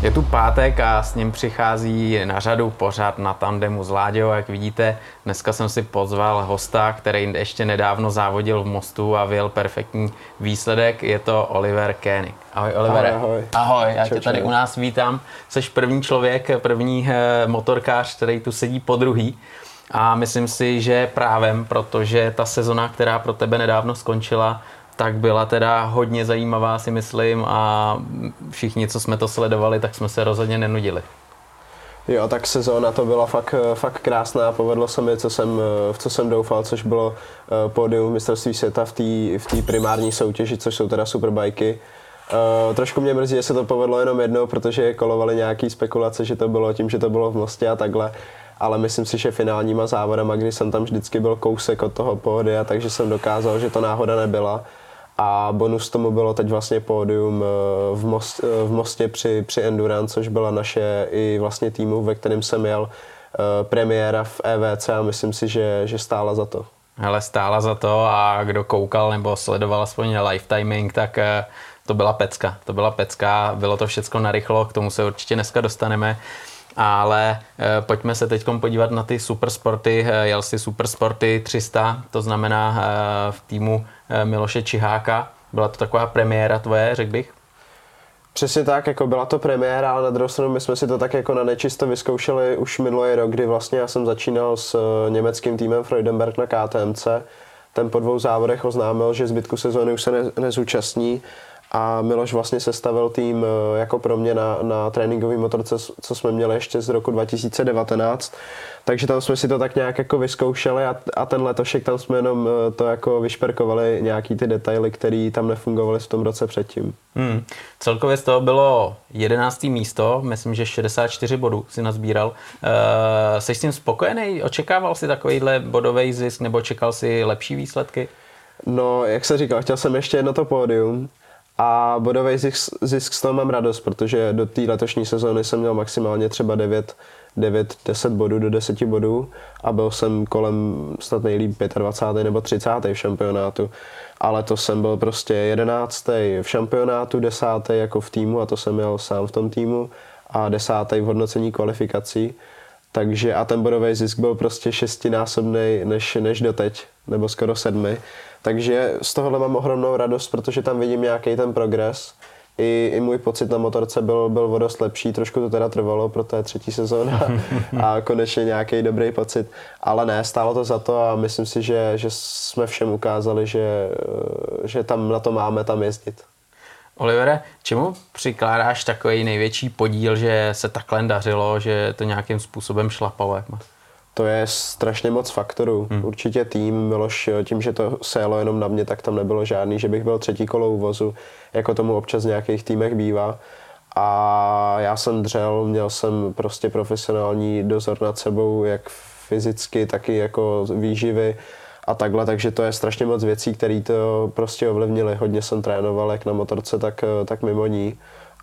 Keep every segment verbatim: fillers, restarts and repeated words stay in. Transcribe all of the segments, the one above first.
Je tu pátek a s ním přichází na řadu pořad Na tandemu s Láďou. Jak vidíte, dneska jsem si pozval hosta, který ještě nedávno závodil v Mostu a vyjel perfektní výsledek. Je to Oliver Koenig. Ahoj Olivere. Ahoj, ahoj. Ahoj, já čau, tě tady čau. u nás vítám. Jseš první člověk, první motorkář, který tu sedí po druhý. A myslím si, že právem, protože ta sezona, která pro tebe nedávno skončila, tak byla teda hodně zajímavá, si myslím, a všichni, co jsme to sledovali, tak jsme se rozhodně nenudili. Jo, tak sezóna to byla fakt, fakt krásná, povedlo se mi, co jsem, v co jsem doufal, což bylo pódium mistrovství světa v té v té primární soutěži, což jsou teda superbajky. Uh, trošku mě mrzí, že se to povedlo jenom jednou, protože kolovaly nějaký spekulace, že to bylo tím, že to bylo v Mostě a takhle. Ale myslím si, že finálníma závodama, kdy jsem tam vždycky byl kousek od toho pódia, takže jsem dokázal, že to náhoda nebyla. A bonus tomu bylo teď vlastně pódium v, Most, v Mostě při, při Endurance, což byla naše i vlastně týmu, ve kterém jsem jel, premiéra v E V C a myslím si, že, že stála za to. Hele, stála za to a kdo koukal nebo sledoval aspoň live timing, tak to byla pecka. To byla pecka, bylo to všecko narychlo, k tomu se určitě dneska dostaneme. Ale e, pojďme se teď podívat na ty supersporty. E, jel jsi supersporty tři sta, to znamená e, v týmu e, Miloše Čiháka. Byla to taková premiéra tvoje, řekl bych? Přesně tak, jako byla to premiéra, ale na druhou stranu my jsme si to tak jako na nečisto vyzkoušeli už minulý rok, kdy vlastně já jsem začínal s německým týmem Freudenberg na K T M C. Ten po dvou závodech oznámil, že zbytku sezóny už se ne, nezúčastní. A Miloš vlastně sestavil tým jako pro mě na, na tréninkový motorce, co jsme měli ještě z roku dva tisíce devatenáct. Takže tam jsme si to tak nějak jako vyzkoušeli a, a ten letošek tam jsme jenom to jako vyšperkovali nějaký ty detaily, které tam nefungovaly v tom roce předtím. Hmm. Celkově z toho bylo jedenácté místo, myslím, že šedesát čtyři bodů si nazbíral. E, jsi s tím spokojený? Očekával jsi takovýhle bodový zisk nebo čekal si lepší výsledky? No, jak se říkal, chtěl jsem ještě jedno to pódium. A bodový zisk, zisk z toho mám radost, protože do té letošní sezóny jsem měl maximálně třeba devět deset bodů do deseti bodů a byl jsem kolem snad nejlíp dvacátý pátý nebo třicátý v šampionátu. Ale to jsem byl prostě jedenáctý v šampionátu, desátý jako v týmu a to jsem měl sám v tom týmu a desátý v hodnocení kvalifikací. Takže a ten bodový zisk byl prostě šestinásobný než, než doteď, nebo skoro sedmi. Takže z tohohle mám ohromnou radost, protože tam vidím nějaký ten progres. I, i můj pocit na motorce byl, byl o dost lepší, trošku to teda trvalo pro té třetí sezóna a konečně nějaký dobrý pocit. Ale ne, stálo to za to a myslím si, že, že jsme všem ukázali, že, že tam na to máme tam jezdit. Olivere, čemu přikládáš takový největší podíl, že se takhle dařilo, že to nějakým způsobem šlapalo? Jak má? To je strašně moc faktorů. Hmm. Určitě tým, Miloš, tím, že to se jelo jenom na mě, tak tam nebylo žádný, že bych byl třetí kolo úvozu, jako tomu občas v nějakých týmech bývá. A já jsem dřel, měl jsem prostě profesionální dozor nad sebou, jak fyzicky, tak i jako výživy a takhle, takže to je strašně moc věcí, které to prostě ovlivnily. Hodně jsem trénoval jak na motorce, tak, tak mimo ní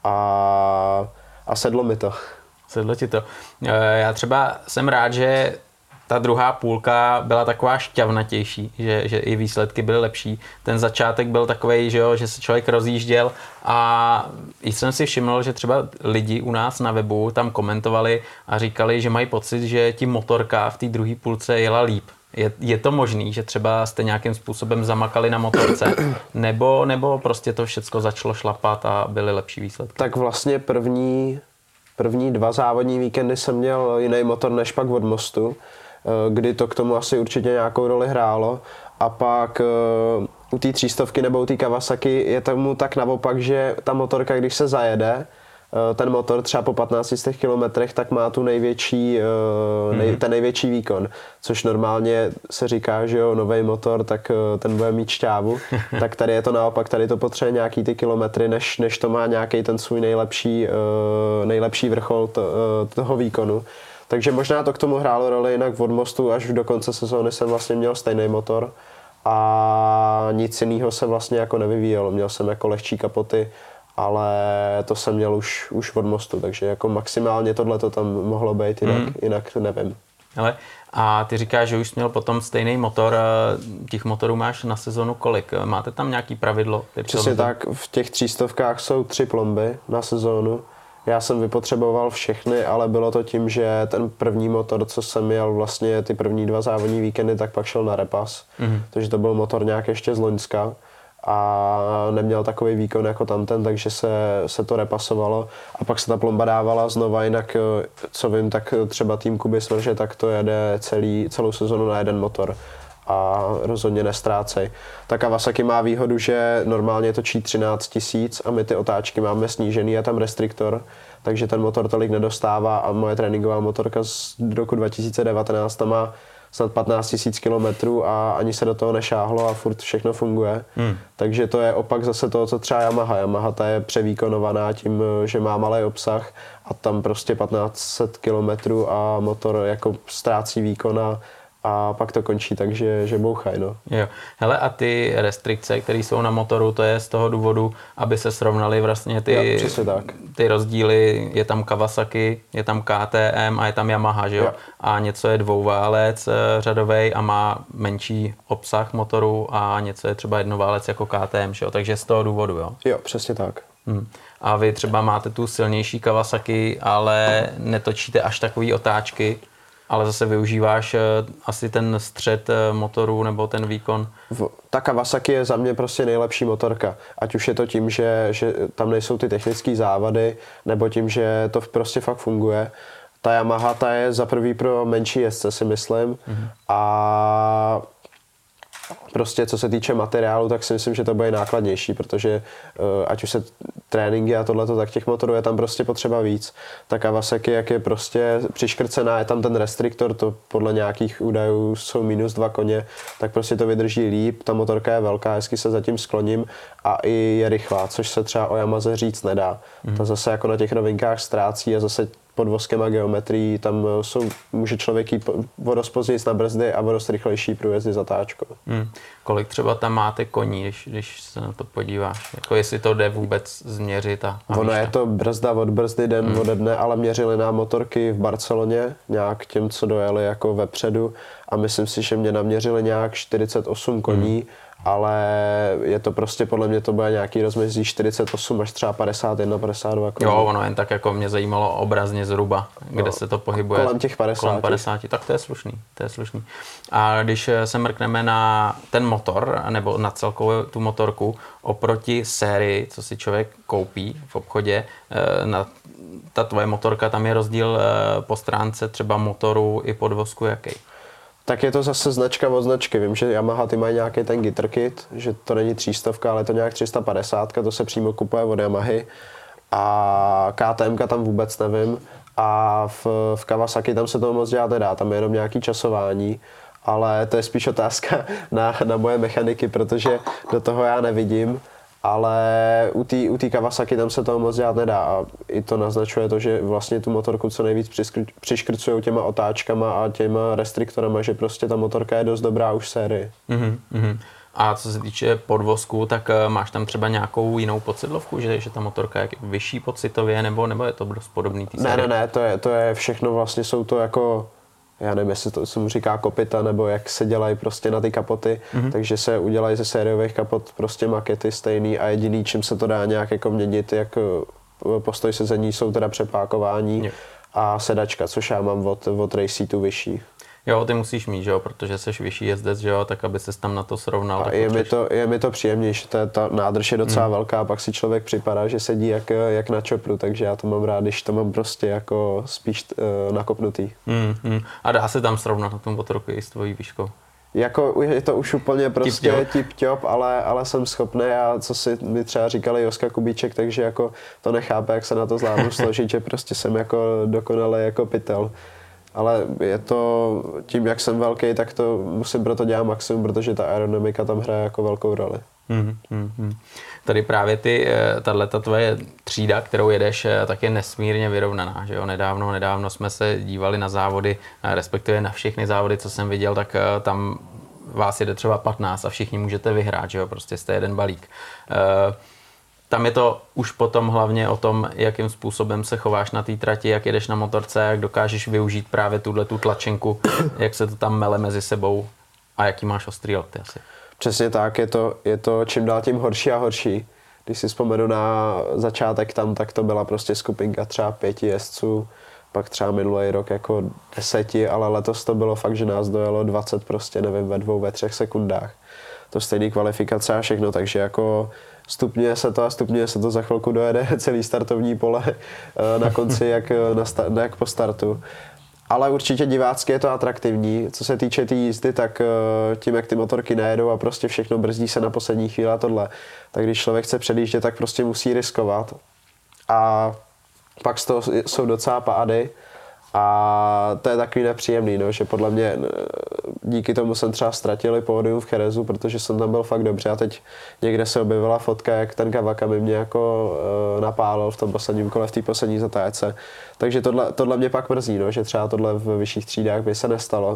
a, a sedlo mi to. Sedlo ti to. Já třeba jsem rád, že ta druhá půlka byla taková šťavnatější, že, že i výsledky byly lepší. Ten začátek byl takovej, že, jo, že se člověk rozjížděl a i jsem si všiml, že třeba lidi u nás na webu tam komentovali a říkali, že mají pocit, že ti motorka v té druhé půlce jela líp. Je, je to možný, že třeba jste nějakým způsobem zamakali na motorce, nebo, nebo prostě to všecko začalo šlapat a byly lepší výsledky? Tak vlastně první... První dva závodní víkendy jsem měl jiný motor než pak od Mostu, kdy to k tomu asi určitě nějakou roli hrálo. A pak u té třístovky nebo u té Kawasaki je tomu tak naopak, že ta motorka, když se zajede, ten motor třeba po patnácti kilometrech, tak má tu největší, nej, ten největší výkon. Což normálně se říká, že jo, nový motor, tak ten bude mít šťávu. Tak tady je to naopak, tady to potřebuje nějaký ty kilometry, než, než to má nějaký ten svůj nejlepší, nejlepší vrchol to, toho výkonu. Takže možná to k tomu hrálo roli, jinak od Mostu až do konce sezóny jsem vlastně měl stejný motor a nic jiného se vlastně jako nevyvíjelo. Měl jsem jako lehčí kapoty, ale to jsem měl už, už od Mostu, takže jako maximálně tohle to tam mohlo být, jinak, mm. jinak nevím. Ale a ty říkáš, že už jsi měl potom stejný motor, těch motorů máš na sezonu kolik? Máte tam nějaký pravidlo? Přesně tak, v těch třístovkách jsou tři plomby na sezónu, Já jsem vypotřeboval všechny, ale bylo to tím, že ten první motor, co jsem měl vlastně ty první dva závodní víkendy, tak pak šel na repas. Mm-hmm. Takže to byl motor nějak ještě z Loňska a neměl takový výkon jako tamten, takže se, se to repasovalo a pak se ta plomba dávala znova, jinak co vím, tak třeba tým Kuby Smrže, tak to jede celý, celou sezonu na jeden motor a rozhodně nestrácej. Ta Kawasaki má výhodu, že normálně točí třináct tisíc a my ty otáčky máme snížený, je tam restriktor, takže ten motor tolik nedostává a moje tréninková motorka z roku dva tisíce devatenáct tam má snad patnáct tisíc kilometrů a ani se do toho nešáhlo a furt všechno funguje. Hmm. Takže to je opak zase toho, co třeba Yamaha. Yamaha ta je převýkonovaná tím, že má malý obsah a tam prostě patnáct set kilometrů a motor jako ztrácí výkon a a pak to končí tak, že, že bouchaj, no. Jo. Hele, a ty restrikce, které jsou na motoru, to je z toho důvodu, aby se srovnaly vlastně ty, jo, tak. ty rozdíly. Je tam Kawasaki, je tam K T M a je tam Yamaha, že jo? jo. A něco je dvouválec řadovej a má menší obsah motoru a něco je třeba jednoválec jako K T M, že jo? Takže z toho důvodu, jo? Jo, přesně tak. Hmm. A vy třeba máte tu silnější Kawasaki, ale netočíte až takový otáčky, ale zase využíváš asi ten střed motoru nebo ten výkon. Ta Kawasaki je za mě prostě nejlepší motorka. Ať už je to tím, že, že tam nejsou ty technické závady, nebo tím, že to prostě fakt funguje. Ta Yamaha ta je za prvý pro menší jezdce, si myslím. Mm-hmm. A prostě co se týče materiálu, tak si myslím, že to bude nákladnější, protože uh, ať už se tréninky a tohleto, tak těch motorů je tam prostě potřeba víc. Ta Kawasaki, jak je prostě přiškrcená, je tam ten restriktor, to podle nějakých údajů jsou minus dva koně, tak prostě to vydrží líp, ta motorka je velká, hezky se zatím skloním a i je rychlá, což se třeba o Yamaze říct nedá. Mm. Ta zase jako na těch rovinkách ztrácí a zase pod voskem a geometrií, tam jsou, může člověk jít o dost později na brzdy a o dost rychlejší průjezdy zatáčkou. Hmm. Kolik třeba tam máte koní, když, když se na to podíváš? Jako jestli to jde vůbec změřit a, a ono je to brzda od brzdy, den hmm. ode dne, ale měřili nám motorky v Barceloně, nějak těm, co dojeli jako vepředu a myslím si, že mě naměřili nějak čtyřicet osm koní, hmm. ale je to prostě, podle mě to bude nějaký rozmezí čtyřicet osm až třeba padesát jedna, padesát dva koní. Jo, ono jen tak jako mě zajímalo obrazně zhruba, kde no, se to pohybuje. Kolem těch padesát. Kolem padesát, tak to je slušný, to je slušný. A když se mrkneme na ten motor, nebo na celkovou tu motorku, oproti sérii, co si člověk koupí v obchodě, na ta tvoje motorka, tam je rozdíl po stránce třeba motoru i podvozku jaký? Tak je to zase značka od značky. Vím, že Yamaha ty mají nějaký ten guitar kit, že to není třístovka, ale je to nějak tři sta padesát, to se přímo kupuje od Yamahy. A KTMka tam vůbec nevím. A v, v Kawasaki tam se toho moc dělat nedá, tam je jenom nějaký časování. Ale to je spíš otázka na, na moje mechaniky, protože do toho já nevidím. Ale u té u té Kawasaki tam se toho moc dělat nedá a i to naznačuje to, že vlastně tu motorku co nejvíc přiškrcují těma otáčkama a těma restriktorama, že prostě ta motorka je dost dobrá už v sérii. Mm-hmm. A co se týče podvozku, tak máš tam třeba nějakou jinou podsedlovku, že, že ta motorka je vyšší pocitově, nebo, nebo je to dost podobný té sérii? Ne, ne, ne, to je, to je všechno vlastně, jsou to jako, já nevím, jestli to se mu říká kopita, nebo jak se dělají prostě na ty kapoty, mm-hmm. takže se udělají ze sériových kapot prostě makety stejný a jediný, čím se to dá nějak jako měnit, jak postoj sezení, jsou teda přepákování jo. a sedačka, což já mám od, od race seatu vyšší. Jo, ty musíš mít, že jo, protože jsi vyšší jezdec, že jo, tak aby ses tam na to srovnal. A je mi to, je mi to příjemnější, ta, ta nádrž je docela hmm. velká, pak si člověk připadá, že sedí jak, jak na čopru, takže já to mám rád, když to mám prostě jako spíš uh, nakopnutý. Hmm, hmm. A dá se tam srovnat na tom motorku i s tvojí výškou? Jako je to už úplně prostě tip-top, ale, ale jsem schopný a co si mi třeba říkali Joska Kubíček, takže jako to nechápe, jak se na to zvládnu složit, že prostě jsem jako dokonalý jako pytel. Ale je to, tím jak jsem velký, tak to musím proto dělat maximum, protože ta aerodynamika tam hraje jako velkou roli. Mm, mm, mm. Tady právě ty, tato tvoje třída, kterou jedeš, tak je nesmírně vyrovnaná, že jo? Nedávno, nedávno jsme se dívali na závody, respektive na všechny závody, co jsem viděl, tak tam vás jede třeba patnáct a všichni můžete vyhrát, že jo? Prostě jste jeden balík. Tam je to už potom hlavně o tom, jakým způsobem se chováš na té trati, jak jedeš na motorce, jak dokážeš využít právě tuhle tu tlačenku, jak se to tam mele mezi sebou a jaký máš ostrý lokty asi. Přesně tak, je to, je to čím dál tím horší a horší. když si vzpomenu na začátek tam, tak to byla prostě skupinka třeba pěti jezdců, pak třeba minulý rok jako deseti, ale letos to bylo fakt, že nás dojelo dvacet prostě, nevím, ve dvou, ve třech sekundách. To stejný kvalifikace a všechno, takže jako stupňuje se to a stupňuje se to, za chvilku dojede celý startovní pole na konci, jak, na sta- jak po startu. Ale určitě divácky je to atraktivní. Co se týče té tý jízdy, tak tím, jak ty motorky nejedou a prostě všechno brzdí se na poslední chvíli a tohle, tak když člověk chce předjíždět, tak prostě musí riskovat. A pak z toho jsou docela pády a to je takový nepříjemný, no, že podle mě díky tomu jsem třeba ztratil pódium v Cherezu, protože jsem tam byl fakt dobře a teď někde se objevila fotka, jak ten Kawakami mě jako uh, napálil v tom posledním kole, v té poslední zatáčce. Takže tohle, tohle mě pak mrzí, no, že třeba tohle v vyšších třídách by se nestalo.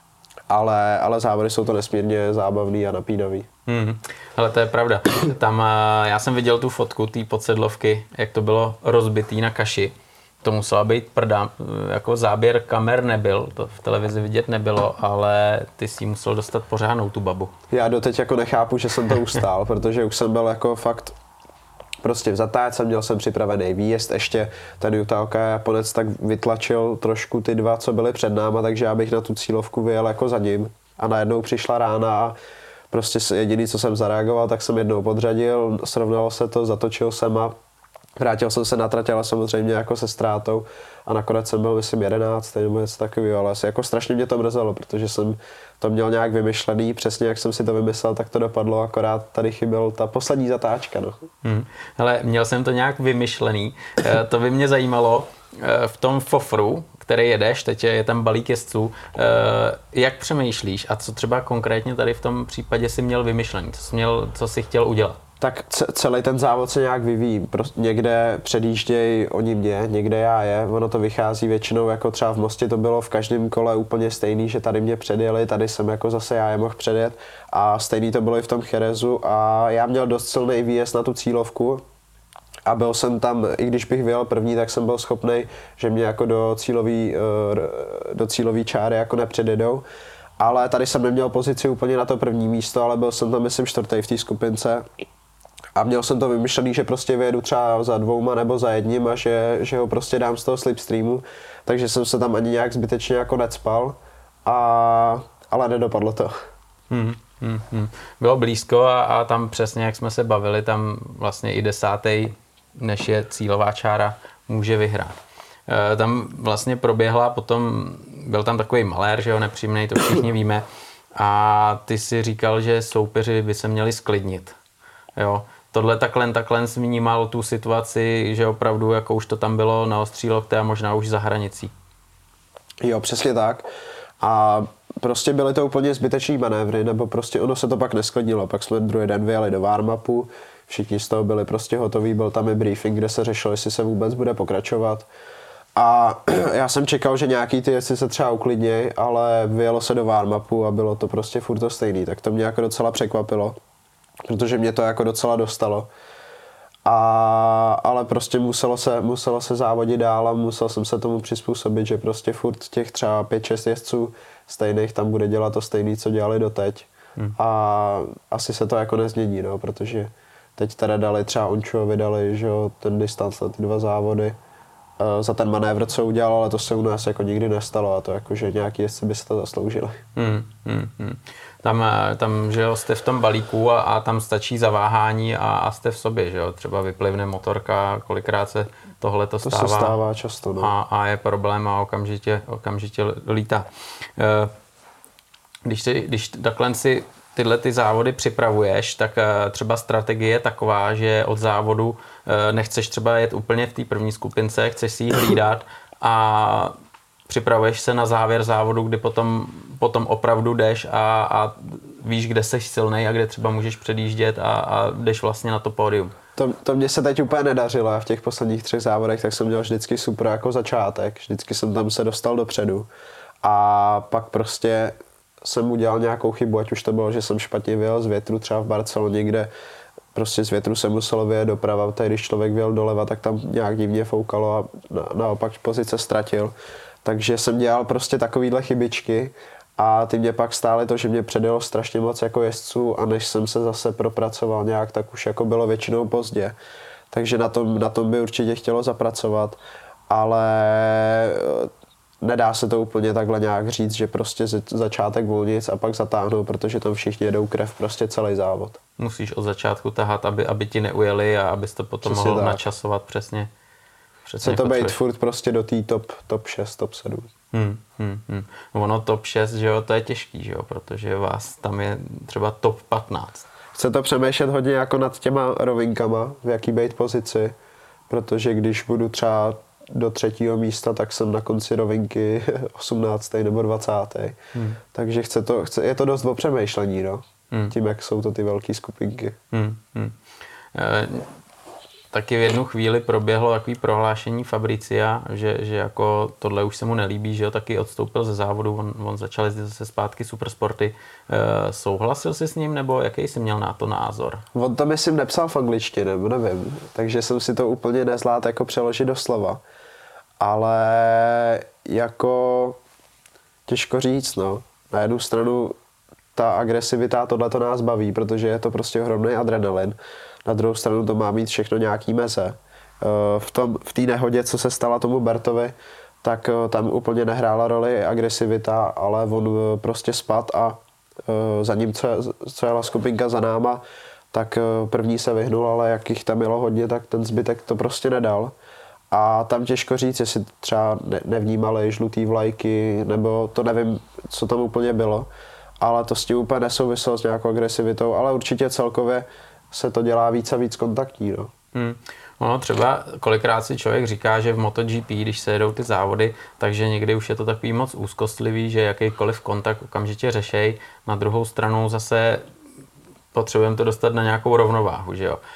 Ale, ale závody jsou to nesmírně zábavný a napínavý. Hmm. Ale to je pravda. Tam já jsem viděl tu fotku té podsedlovky, jak to bylo rozbitý na kaši. To musela být prda, jako záběr kamer nebyl, to v televizi vidět nebylo, ale ty si musel dostat pořádnou tu babu. Já doteď jako nechápu, že jsem to ustál, protože už jsem byl jako fakt prostě v zatáčce, měl jsem připravený výjezd, ještě ten Jutalka Japonec tak vytlačil trošku ty dva, co byly před náma, takže já bych na tu cílovku vyjel jako za ním a najednou přišla rána a prostě jediný, co jsem zareagoval, tak jsem jednou podřadil, srovnalo se to, zatočil jsem a vrátil jsem se na trať, ale samozřejmě jako se ztrátou a nakonec jsem byl, myslím, jedenáctý nebo něco takového, ale jako strašně mě to mrzelo, protože jsem to měl nějak vymyšlený, přesně jak jsem si to vymyslel, tak to dopadlo, akorát tady chyběl ta poslední zatáčka. No. Hmm. Hele, měl jsem to nějak vymyšlený, to by mě zajímalo, v tom fofru, který jedeš, teď je tam balík jezdců, jak přemýšlíš a co třeba konkrétně tady v tom případě si měl vymyšlený, co jsi, měl, co jsi chtěl udělat? Tak celý ten závod se nějak vyvíjí. Prostě někde předjíždějí oni mě, někde já je. Ono to vychází většinou, jako třeba v Mostě to bylo v každém kole úplně stejný, že tady mě předjeli, tady jsem jako zase já je mohl předjet a stejný to bylo i v tom Cherezu a já měl dost silný výjezd na tu cílovku a byl jsem tam, i když bych vyjel první, tak jsem byl schopný, že mě jako do cílový, do cílový čáry jako nepředjedou. Ale tady jsem neměl pozici úplně na to první místo, ale byl jsem tam, myslím, čtvrtý v té skupince. A měl jsem to vymyšlený, že prostě vyjedu třeba za dvouma nebo za jedním a že, že ho prostě dám z toho slipstreamu. Takže jsem se tam ani nějak zbytečně jako necpal, a, ale nedopadlo to. Hmm, hmm, hmm. Bylo blízko a, a tam přesně, jak jsme se bavili, tam vlastně i desátý, než je cílová čára, může vyhrát. E, tam vlastně proběhla potom, byl tam takový malér, že jo, nepříjemný, to všichni víme. A ty si říkal, že soupeři by se měli sklidnit. Jo. Tohle takhle, takhle vnímal tu situaci, že opravdu jako už to tam bylo na ostrý lokte a možná už za hranicí. Jo, přesně tak. A prostě byly to úplně zbytečný manévry, nebo prostě ono se to pak nesklidnilo. Pak jsme druhý den vyjeli do warm-upu, všichni z toho byli prostě hotoví, byl tam i briefing, kde se řešilo, jestli se vůbec bude pokračovat. A já jsem čekal, že nějaký ty jezdci se třeba uklidněj, ale vyjelo se do warm-upu a bylo to prostě furt to stejný, tak to mě jako docela překvapilo. Protože mě to jako docela dostalo. A, ale prostě muselo se, muselo se závodit dál a musel jsem se tomu přizpůsobit, že prostě furt těch třeba pět šest jezdců stejných tam bude dělat to stejný, co dělali doteď. Hmm. A asi se to jako nezmění, no, protože teď teda dali třeba Ončovi dali, že jo, ten distanc na ty dva závody uh, za ten manévr, co udělal, ale to se u nás jako nikdy nestalo a to jako, že nějaký jezdci by se to zasloužili. Hmm, hmm, hmm. Tam, tam, že jo, jste v tom balíku a, a tam stačí zaváhání a, a jste v sobě, že jo, třeba vyplivne motorka, kolikrát se tohle to stává. To se stává často, no. A, a je problém a okamžitě, okamžitě lítá. Když, si, když takhle si tyhle ty závody připravuješ, tak třeba strategie je taková, že od závodu nechceš třeba jet úplně v té první skupince, chceš si ji hlídat a připravuješ se na závěr závodu, kdy potom, potom opravdu jdeš a, a víš, kde jsi silnej a kde třeba můžeš předjíždět a, a jdeš vlastně na to pódium. To, to mě se teď úplně nedařilo a v těch posledních třech závodech tak jsem měl vždycky super jako začátek, vždycky jsem tam se dostal dopředu a pak prostě jsem udělal nějakou chybu, ať už to bylo, že jsem špatně vyjel z větru třeba v Barceloně, kde prostě z větru se muselo vyjet doprava, tady když člověk vyjel doleva, tak tam nějak divně foukalo a na, naopak pozice ztratil. Takže jsem dělal prostě takovýhle chybičky A ty mě pak stály to, že mě předjelo strašně moc jako jezdců a než jsem se zase propracoval nějak, tak už jako bylo většinou pozdě. Takže na tom, na tom by určitě chtělo zapracovat, ale nedá se to úplně takhle nějak říct, že prostě začátek volnic a pak zatáhnou, protože tam všichni jedou krev prostě celý závod. Musíš od začátku tahat, aby, aby ti neujeli a abys to potom přesně mohl tak načasovat přesně. Chce to být furt prostě do té top, top šest, top sedm. Hmm, hmm, hmm. Ono top šest, že jo, to je těžký, že jo, protože vás tam je třeba top patnáct. Chce to přemýšlet hodně jako nad těma rovinkama, v jaký být pozici, protože když budu třeba do třetího místa, tak jsem na konci rovinky osmnáctý nebo dvacátý. Hmm. Takže chce to, chce, je to dost o přemýšlení, no, hmm. tím, jak jsou to ty velké skupinky. Hmm, hmm. E- Taky v jednu chvíli proběhlo takový prohlášení Fabricia, že, že jako tohle už se mu nelíbí, že ho taky odstoupil ze závodu, on, on začal jezdit zase zpátky Supersporty. E, souhlasil jsi s ním, nebo jaký jsi měl na to názor? On to myslím nepsal v angličtině, nebo nevím, takže jsem si to úplně nezvládl jako přeložit do slova. Ale jako těžko říct, no. Na jednu stranu ta agresivita, tohle to nás baví, protože je to prostě ohromný adrenalin. Na druhou stranu to má mít všechno nějaký meze. V tom, v té nehodě, co se stala tomu Bertovi, tak tam úplně nehrála roli agresivita, ale on prostě spad a za ním, co, co jela skupinka za náma, tak první se vyhnul, ale jak jich tam jelo hodně, tak ten zbytek to prostě nedal. A tam těžko říct, jestli třeba nevnímali žlutý vlajky, nebo to nevím, co tam úplně bylo, ale to s tím úplně nesouviselo s nějakou agresivitou, ale určitě celkově se to dělá víc a víc kontaktní. No. Hmm. Ono třeba kolikrát si člověk říká, že v MotoGP, když se jedou ty závody, takže někdy už je to takový moc úzkostlivý, že jakýkoliv kontakt okamžitě řešej. Na druhou stranu zase potřebujeme to dostat na nějakou rovnováhu, že jo.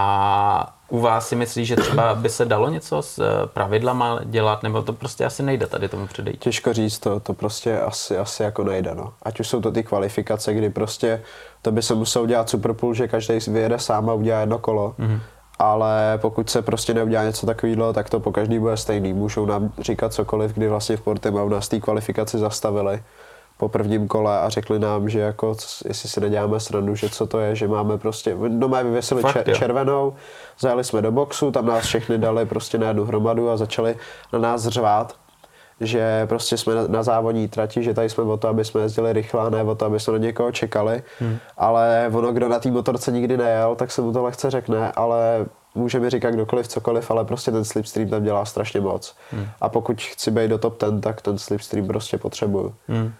A u vás si myslíš, že třeba by se dalo něco s pravidlama dělat, nebo to prostě asi nejde tady tomu předejít? Těžko říct, to, to prostě asi, asi jako nejde, no. Ať už jsou to ty kvalifikace, kdy prostě to by se musel dělat Superpool, že každý vyjede sám a udělá jedno kolo. Mm-hmm. Ale pokud se prostě neudělá něco takového, tak to po každý bude stejný. Můžou nám říkat cokoliv, kdy vlastně v Portimao nás té kvalifikaci zastavili po prvním kole a řekli nám, že jako, jestli si neděláme srandu, že co to je, že máme prostě, doma vyvěsili Fakt, čer, červenou, zajeli jsme do boxu, tam nás všechny dali prostě na jednu hromadu a začali na nás řvát, že prostě jsme na, na závodní trati, že tady jsme o to, aby jsme jezdili rychle a ne o to, aby jsme na někoho čekali, hmm. ale ono, kdo na té motorce nikdy nejel, tak se mu to lehce řekne, ale může mi říkat kdokoliv cokoliv, ale prostě ten slipstream tam dělá strašně moc. Hmm. A pokud chci být do top deset, tak ten slipstream prostě potřebuju. Hmm.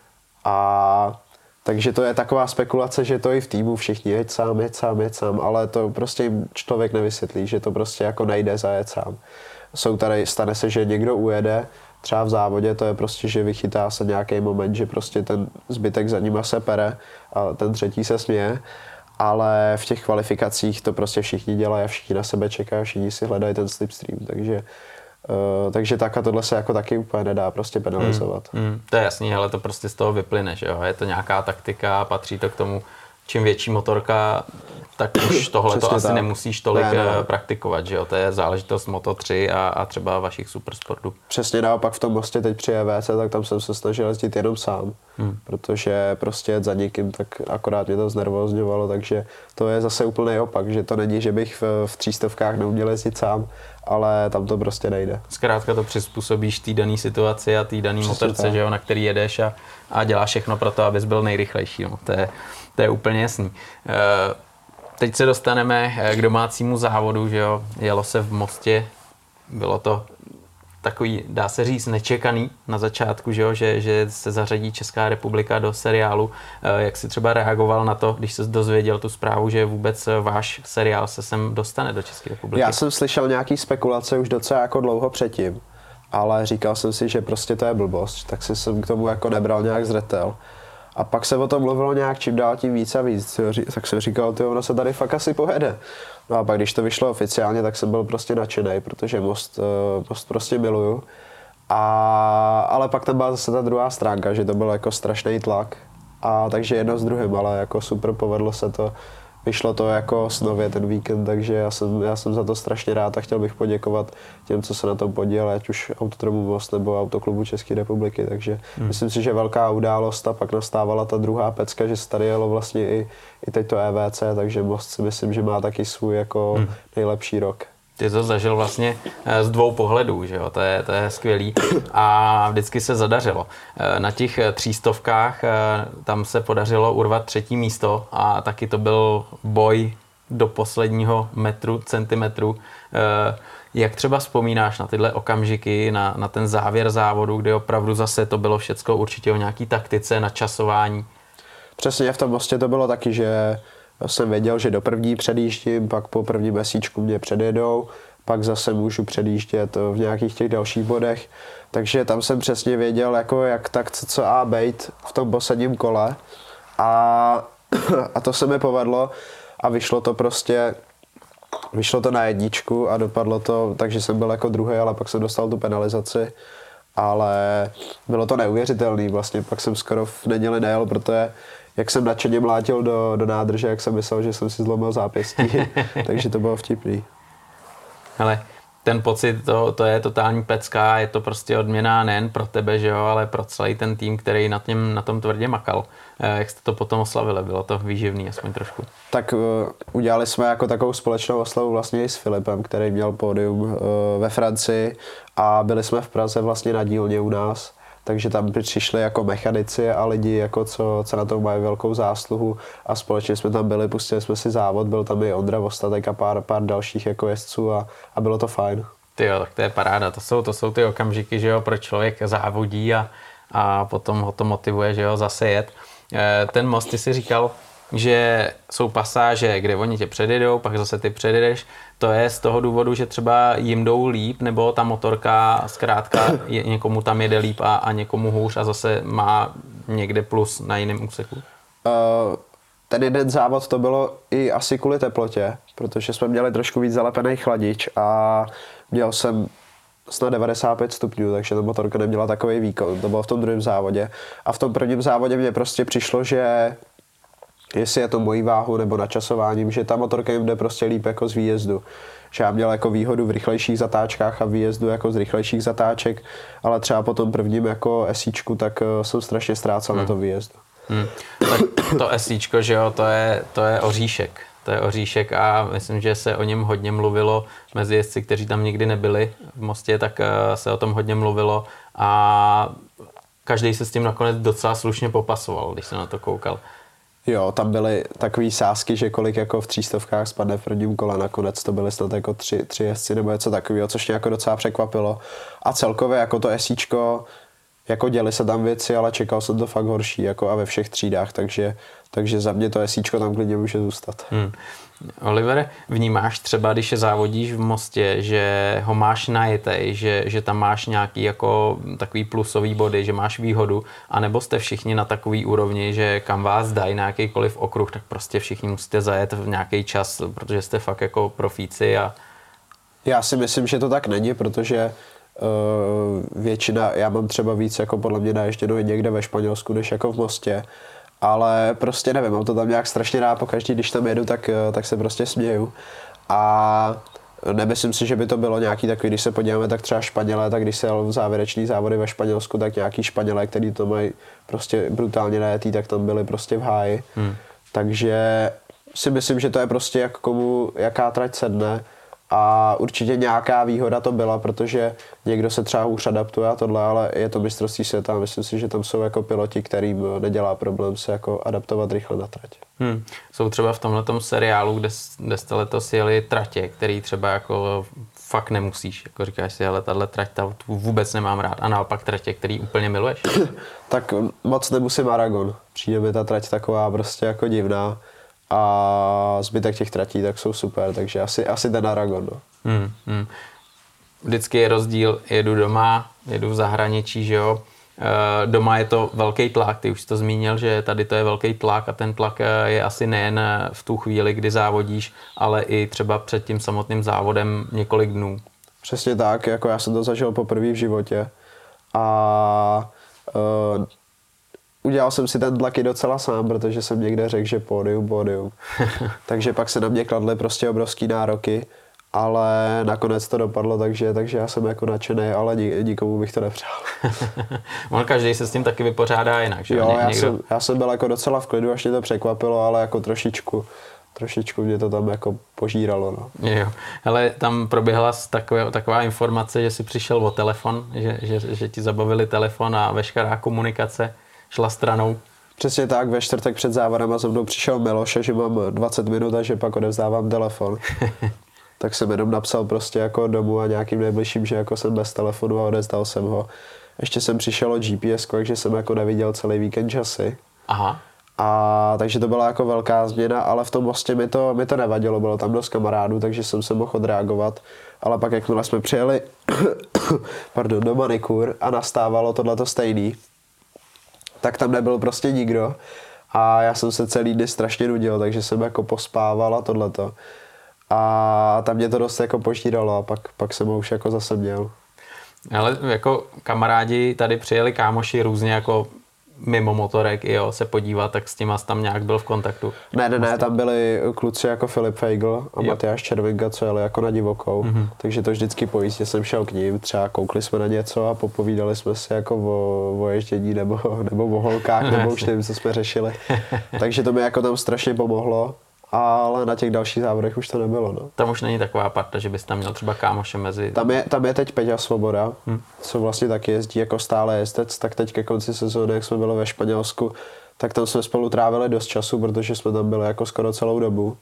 A takže to je taková spekulace, že to i v týmu všichni jeď sám, jeď sám, jeď sám, ale to prostě jim člověk nevysvětlí, že to prostě jako nejde zajet sám. Jsou tady, stane se, že někdo ujede, třeba v závodě, to je prostě, že vychytá se nějaký moment, že prostě ten zbytek za nima se pere a ten třetí se směje, ale v těch kvalifikacích to prostě všichni dělají a všichni na sebe čekají, všichni si hledají ten slipstream, takže Uh, takže tak a tohle se jako taky úplně nedá prostě penalizovat. Hmm, hmm, to je jasný, ale to prostě z toho vyplyne, že jo, je to nějaká taktika, patří to k tomu, čím větší motorka, tak už tohle to asi tak nemusíš tolik ne, ne. praktikovat, že jo, to je záležitost Moto tři a, a třeba vašich supersportů. Přesně naopak v tom Mostě teď při E V C, tak tam jsem se snažil jezdit jenom sám, hmm. protože prostě jet za někým, tak akorát mě to znervózňovalo, takže to je zase úplný opak, že to není, že bych v, v třístovkách neuměl jezdit sám, ale tam to prostě nejde. Zkrátka to přizpůsobíš té dané situaci a té dané motorce, že jo, na který jedeš a, a děláš všechno pro to, abys byl nejrychlejší. No. To, je, to je úplně jasný. E, teď se dostaneme k domácímu závodu, že jo. Jelo se v Mostě, bylo to takový, dá se říct, nečekaný na začátku, že, jo? Že, že se zařadí Česká republika do seriálu. E, jak jsi třeba reagoval na to, když jsi dozvěděl tu zprávu, že vůbec váš seriál se sem dostane do České republiky? Já jsem slyšel nějaký spekulace už docela jako dlouho předtím, ale říkal jsem si, že prostě to je blbost, tak si jsem k tomu jako nebral nějak zřetel. A pak se o tom mluvilo nějak čím dál tím víc a víc, tak jsem říkal, ty ono se tady fakt asi pojede. No a pak když to vyšlo oficiálně, tak jsem byl prostě nadšenej, protože Most, Most prostě miluju. A, ale pak tam byla zase ta druhá stránka, že to byl jako strašný tlak. A takže jedno s druhým, ale jako super povedlo se to. vyšlo to jako snově ten víkend, takže já jsem, já jsem za to strašně rád a chtěl bych poděkovat těm, co se na tom podíleli, ať už Autodromu Most nebo Autoklubu České republiky, takže hmm. myslím si, že velká událost a pak nastávala ta druhá pecka, že se tady jelo vlastně i, i teď to E V C, takže Most si myslím, že má taky svůj jako hmm. nejlepší rok. Ty to zažil vlastně z dvou pohledů, že jo? To je, to je skvělý a vždycky se zadařilo. Na těch třístovkách tam se podařilo urvat třetí místo a taky to byl boj do posledního metru, centimetru. Jak třeba vzpomínáš na tyhle okamžiky, na, na ten závěr závodu, kdy opravdu zase to bylo všecko určitě o nějaký taktice, načasování? Přesně v tom Mostě to bylo taky, že jsem věděl, že do první předjíždím, pak po prvním mesíčku mě předjedou, pak zase můžu předjíždět v nějakých těch dalších bodech. Takže tam jsem přesně věděl, jako jak tak co, co a bejt v tom posledním kole. A, a to se mi povedlo a vyšlo to prostě, vyšlo to na jedničku a dopadlo to, takže jsem byl jako druhý, ale pak jsem dostal tu penalizaci. Ale bylo to neuvěřitelný, vlastně pak jsem skoro v neděli nejel, protože jak jsem nadšeně mlátil do, do nádrže, jak jsem myslel, že jsem si zlomil zápěstí, takže to bylo vtipný. Hele, ten pocit, to, to je totální pecka, je to prostě odměna nejen pro tebe, že jo, ale pro celý ten tým, který na, těm, na tom tvrdě makal. Jak jste to potom oslavili? Bylo to výživný aspoň trošku? Tak uh, udělali jsme jako takovou společnou oslavu vlastně i s Filipem, který měl pódium uh, ve Francii a byli jsme v Praze vlastně na dílně u nás. Takže tam přišli jako mechanici a lidi, jako co, co na tom mají velkou zásluhu a společně jsme tam byli, pustili jsme si závod, byl tam i Ondra Vostatek a pár, pár dalších jako jezdců a, a bylo to fajn. Ty jo, tak to je paráda, to jsou, to jsou ty okamžiky, že jo, pro člověk závodí a, a potom ho to motivuje, že jo, zase jet. Ten Most, ty si říkal, že jsou pasáže, kde oni tě předjedou, pak zase ty předjedeš. To je z toho důvodu, že třeba jim jdou líp, nebo ta motorka zkrátka je, někomu tam jede líp a, a někomu hůř a zase má někde plus na jiném úseku? Uh, ten jeden závod to bylo i asi kvůli teplotě, protože jsme měli trošku víc zalepený chladič a měl jsem snad devadesát pět stupňů, takže ta motorka neměla takový výkon. To bylo v tom druhém závodě. A v tom prvním závodě mně prostě přišlo, že jestli je to mojí váhu nebo načasováním, že ta motorka jim jde prostě líp jako z výjezdu. Že já měl jako výhodu v rychlejších zatáčkách a výjezdu jako z rychlejších zatáček, ale třeba po tom prvním jako esíčku, tak jsem strašně ztrácel hmm. na to výjezdu. Hmm. Tak to esíčko, že jo, to je, to je oříšek. To je oříšek a myslím, že se o něm hodně mluvilo mezi jezdci, kteří tam nikdy nebyli v Mostě, tak se o tom hodně mluvilo a každý se s tím nakonec docela slušně popasoval, když se na to koukal. Jo, tam byly takový sázky, že kolik jako v třístovkách spadne v prvním kole, nakonec to byly snad jako tři, tři jezdci nebo něco takového, což mě jako docela překvapilo. A celkově jako to esíčko, jako děly se tam věci, ale čekal jsem to fakt horší, jako a ve všech třídách, takže, takže za mě to esíčko tam klidně může zůstat. Hmm. Oliver, vnímáš třeba, když je závodíš v Mostě, že ho máš najetej, že, že tam máš nějaký jako takový plusový body, že máš výhodu, anebo jste všichni na takový úrovni, že kam vás dají na jakýkoliv okruh, tak prostě všichni musíte zajet v nějaký čas, protože jste fakt jako profíci a... Já si myslím, že to tak není, protože uh, většina, já mám třeba víc jako podle mě naježděno někde ve Španělsku, než jako v Mostě. Ale prostě nevím, mám to tam nějak strašně rád, pokaždý, když tam jedu, tak, tak se prostě směju. A nemyslím si, že by to bylo nějaký takový, když se podíváme, tak třeba Španělé, tak když se jel v závěrečný závody ve Španělsku, tak nějaký Španělé, který to mají prostě brutálně najetý, tak tam byli prostě v háji. Hmm. Takže si myslím, že to je prostě jak komu, jaká trať sedne. A určitě nějaká výhoda to byla, protože někdo se třeba hůř adaptuje a tohle, ale je to mistrovství světa a myslím si, že tam jsou jako piloti, kterým nedělá problém se jako adaptovat rychle na trať. Hmm. Jsou třeba v tomhletom seriálu, kde, kde jste letos jeli tratě, který třeba jako fakt nemusíš, jako říkáš si, ale tahle trať ta vůbec nemám rád a naopak tratě, který úplně miluješ? Tak moc nemusím Aragon, přijde mi ta trať taková prostě jako divná. A zbytek těch tratí tak jsou super, takže asi, asi ten Aragon. No. Hmm, hmm. Vždycky je rozdíl, jedu doma, jedu v zahraničí, že jo. E, doma je to velký tlak, ty už jsi to zmínil, že tady to je velký tlak a ten tlak je asi nejen v tu chvíli, kdy závodíš, ale i třeba před tím samotným závodem několik dnů. Přesně tak, jako já jsem to zažil poprvé v životě a e, udělal jsem si ten tlak i docela sám, protože jsem někde řekl, že pódium, pódium. Takže pak se na mě kladly prostě obrovský nároky, ale nakonec to dopadlo, takže, takže já jsem jako nadšený, ale nikomu bych to nepřál. On každý se s tím taky vypořádá jinak, že? Jo, Ně, já, někdo... jsem, já jsem byl jako docela v klidu, až mě to překvapilo, ale jako trošičku, trošičku mě to tam jako požíralo. No. Jo, hele, tam proběhla taková, taková informace, že jsi přišel o telefon, že, že, že ti zabavili telefon a veškerá komunikace šla stranou. Přesně tak, ve čtvrtek před závodem a za mnou přišel Miloš, že mám dvacet minut a že pak odevzdávám telefon. Tak jsem jenom napsal prostě jako domů a nějakým nejbližším, že jako jsem bez telefonu a odevzdal jsem ho. Ještě jsem přišel o G P S, takže jsem jako neviděl celý víkend časy. Aha. A takže to byla jako velká změna, ale v tom Mostě mi to, mi to nevadilo, bylo tam dost kamarádů, takže jsem se mohl odreagovat. Ale pak jakmile jsme přijeli pardon, do Manikur a nastávalo tohleto stejný, tak tam nebyl prostě nikdo a já jsem se celý den strašně nudil, takže jsem jako pospával a tohleto. A tam mě to dost jako požíralo a pak, pak jsem ho už jako zase měl. Ale jako kamarádi tady přijeli kámoši různě jako mimo motorek, jo, se podívat, tak s tím tam nějak byl v kontaktu. Ne, ne, ne, tam byli kluci jako Filip Feigl a jo. Matyáš Červinka, co jeli jako na divokou, mm-hmm. takže to vždycky po jízdě jsem šel k ním, třeba koukli jsme na něco a popovídali jsme si jako o, o ježdění nebo, nebo o holkách, nebo už nevím, co jsme řešili. Takže to mi jako tam strašně pomohlo, ale na těch dalších závodech už to nebylo. No. Tam už není taková parta, že bys tam měl třeba kámoše mezi... Tam je, tam je teď Peťa Svoboda, hmm. co vlastně taky jezdí jako stále jezdec, tak teď ke konci sezóny, jak jsme byli ve Španělsku, tak tam jsme spolu trávili dost času, protože jsme tam byli jako skoro celou dobu.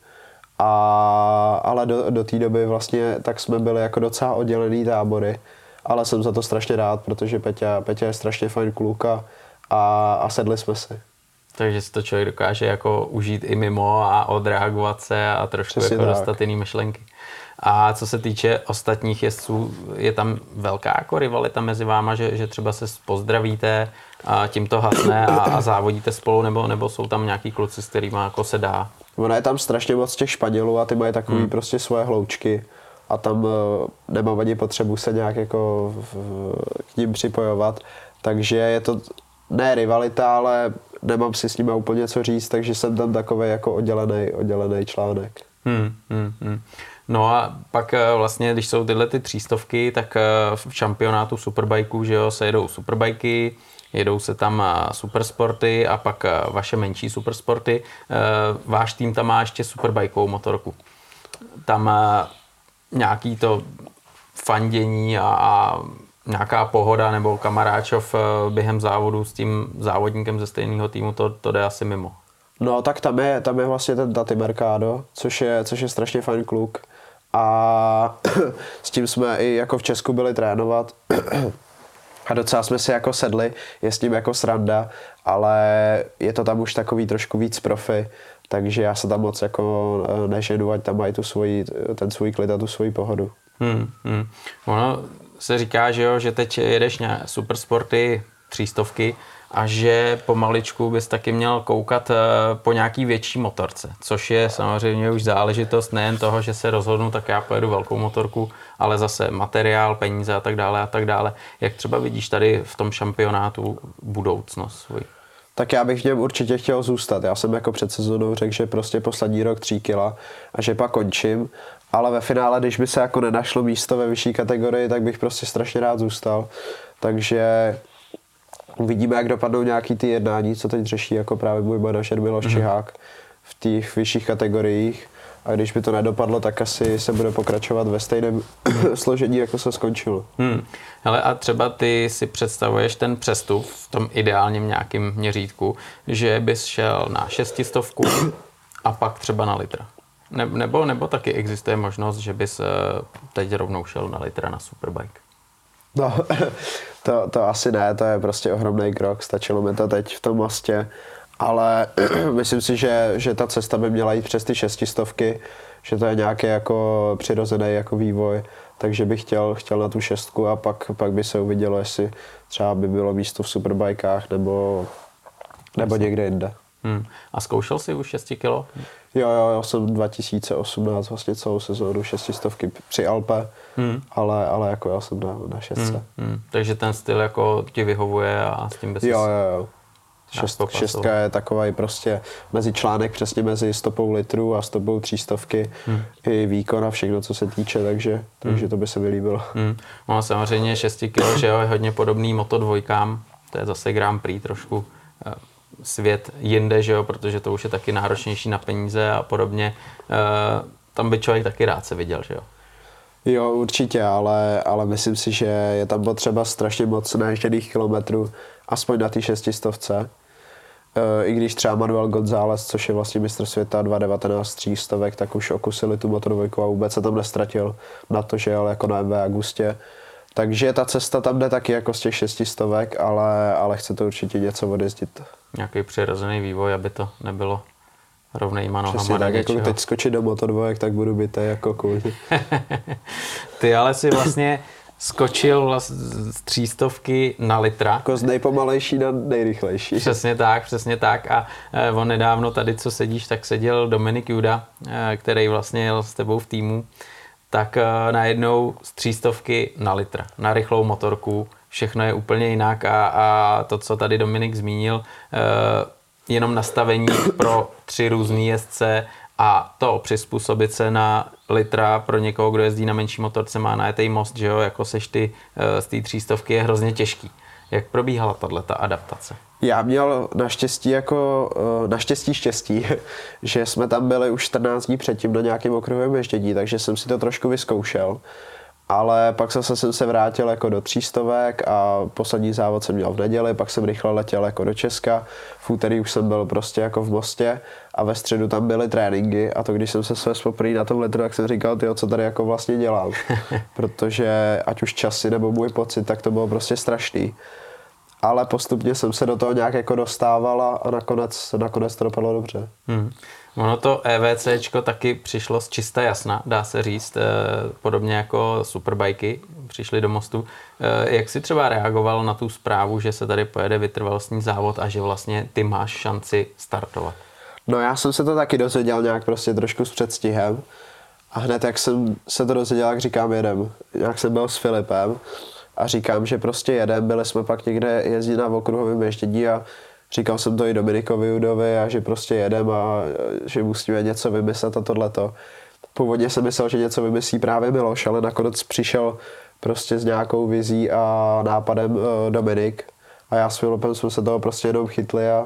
A, ale do, do té doby vlastně tak jsme byli jako docela oddělený tábory, ale jsem za to strašně rád, protože Peťa, Peťa je strašně fajn kluk a, a sedli jsme si. Takže si to člověk dokáže jako užít i mimo a odreagovat se a trošku Přesně jako tak. dostat jiný myšlenky. A co se týče ostatních jezdců, je tam velká jako rivalita mezi váma, že, že třeba se pozdravíte a tím to hasne a, a závodíte spolu, nebo, nebo jsou tam nějaký kluci, s kterými jako se dá? Ono je tam strašně moc těch Španělů a ty mají takový hmm. prostě svoje hloučky a tam uh, nemám ani potřebu se nějak jako v, k ním připojovat, takže je to ne rivalita, ale nemám si s nimi úplně co říct, takže jsem tam takový jako oddělený, oddělený článek. Hmm, hmm, hmm. No a pak vlastně, když jsou tyhle ty třístovky, tak v šampionátu superbajků, že jo, se jedou superbajky, jedou se tam supersporty a pak vaše menší supersporty. Váš tým tam má ještě superbajkovou motorku. Tam nějaký to fandění a, a nějaká pohoda nebo kamaráčov během závodu s tím závodníkem ze stejného týmu, to, to jde asi mimo. No tak tam je, tam je vlastně ten Tati Mercado, což je, což je strašně fajn kluk a s tím jsme i jako v Česku byli trénovat a docela jsme si jako sedli, je s ním jako sranda, ale je to tam už takový trošku víc profi, takže já se tam moc jako neženu, ať tam mají tu svoji, ten svůj klid a tu svoji pohodu. Hmm, hmm. Ono se říká, že jo, že teď jedeš na supersporty třístovky a že pomaličku bys taky měl koukat po nějaký větší motorce, což je samozřejmě už záležitost nejen toho, že se rozhodnu, tak já pojedu velkou motorku, ale zase materiál, peníze a tak dále a tak dále. Jak třeba vidíš tady v tom šampionátu budoucnost svůj? Tak já bych v něm určitě chtěl zůstat. Já jsem jako před sezónou řekl, že prostě poslední rok tři kila a že pak končím, ale ve finále, když by se jako nenašlo místo ve vyšší kategorii, tak bych prostě strašně rád zůstal. Takže uvidíme, jak dopadnou nějaký ty jednání, co teď řeší jako právě můj manažer Miloš mm-hmm. Čihák v těch vyšších kategoriích. A když by to nedopadlo, tak asi se bude pokračovat ve stejném složení, jako se skončilo. Hmm. Hele, a třeba ty si představuješ ten přestup v tom ideálním nějakým měřítku, že bys šel na šestistovku a pak třeba na litra. Ne, nebo, nebo taky existuje možnost, že bys teď rovnou šel na litra na superbike? No, to, to asi ne, to je prostě ohromný krok, stačilo mi to teď v tom Mostě. Ale myslím si, že, že ta cesta by měla jít přes ty šestistovky, že to je nějaký jako přirozený jako vývoj, takže bych chtěl, chtěl na tu šestku a pak, pak by se uvidělo, jestli třeba by bylo místo v superbajkách nebo, nebo někde jinde. Hmm. A zkoušel jsi už šest kilo? Jo, jo, já jsem dva tisíce osmnáct vlastně celou sezónu šestistovky při Alpe, hmm. ale, ale jako já jsem na, na šestce. Hmm. Hmm. Takže ten styl jako ti vyhovuje a s tím bys... Jo, jo, jo. Šest, šestka je takový prostě mezi článek přesně mezi stopou litru a stopou třístovky hmm. i výkon a všechno, co se týče, takže, hmm. takže to by se mi líbilo. Hmm. No samozřejmě šest kilo, že jo, je hodně podobný Moto dvojkám, to je zase Grand Prix trošku svět jinde, že jo, protože to už je taky náročnější na peníze a podobně. Tam by člověk taky rád se viděl, že jo. Jo, určitě, ale, ale myslím si, že je tam potřeba strašně moc naježděných kilometrů, aspoň na té šestistovce. E, I když třeba Manuel González, což je vlastně mistr světa dva devatenáct třístovek, tak už okusili tu Moto dvojku a vůbec se tam nestratil na to, že jel jako na M V Agustě. Takže ta cesta tam jde taky jako z těch šestistovek, ale, ale chce to určitě něco odjezdit. Nějaký přirozený vývoj, aby to nebylo rovnejma nohama. Přesně tak, jako teď skočit do Moto dvojek, tak budu být jako cool. Ty ale si vlastně skočil vlast, z třístovky na litra. Jako z nejpomalejší na nejrychlejší. Přesně tak, přesně tak. A eh, on nedávno tady, co sedíš, tak seděl Dominik Juda, eh, který vlastně jel s tebou v týmu. Tak eh, najednou z třístovky na litr, na rychlou motorku. Všechno je úplně jinak a, a to, co tady Dominik zmínil, eh, jenom nastavení pro tři různý jezdce a to přizpůsobit se na litra pro někoho, kdo jezdí na menší motorce, má najetej most, že jo, jako seš ty z té třístovky, je hrozně těžký. Jak probíhala tato adaptace? Já měl naštěstí jako, naštěstí štěstí, že jsme tam byli už čtrnáct dní předtím na nějakém okruhovém ježdění, takže jsem si to trošku vyzkoušel. Ale pak zase jsem se vrátil jako do třístovek a poslední závod jsem měl v neděli, pak jsem rychle letěl jako do Česka. V úterý už jsem byl prostě jako v Mostě a ve středu tam byly tréninky a to, když jsem se svést poprvé na tom letru, tak jsem říkal, tyjo, co tady jako vlastně dělám. Protože ať už časy nebo můj pocit, tak to bylo prostě strašný. Ale postupně jsem se do toho nějak jako dostával a nakonec, nakonec to dopadlo dobře. Hmm. Ono to EVCčko taky přišlo z čista jasna, dá se říct, podobně jako superbajky přišly do Mostu. Jak jsi třeba reagoval na tu zprávu, že se tady pojede vytrvalostní závod a že vlastně ty máš šanci startovat? No já jsem se to taky dozvěděl nějak prostě trošku s předstihem a hned jak jsem se to dozvěděl, jak říkám jedem. Nějak jsem byl s Filipem a říkám, že prostě jedem, byli jsme pak někde jezdit na okruhovém ježdění a říkal jsem to i Dominikovi Judovi a že prostě jedem a že musíme něco vymyslet a tohleto. Původně jsem myslel, že něco vymyslí právě Miloš, ale nakonec přišel prostě s nějakou vizí a nápadem uh, Dominik a já s Filipem jsme se toho prostě jenom chytli a,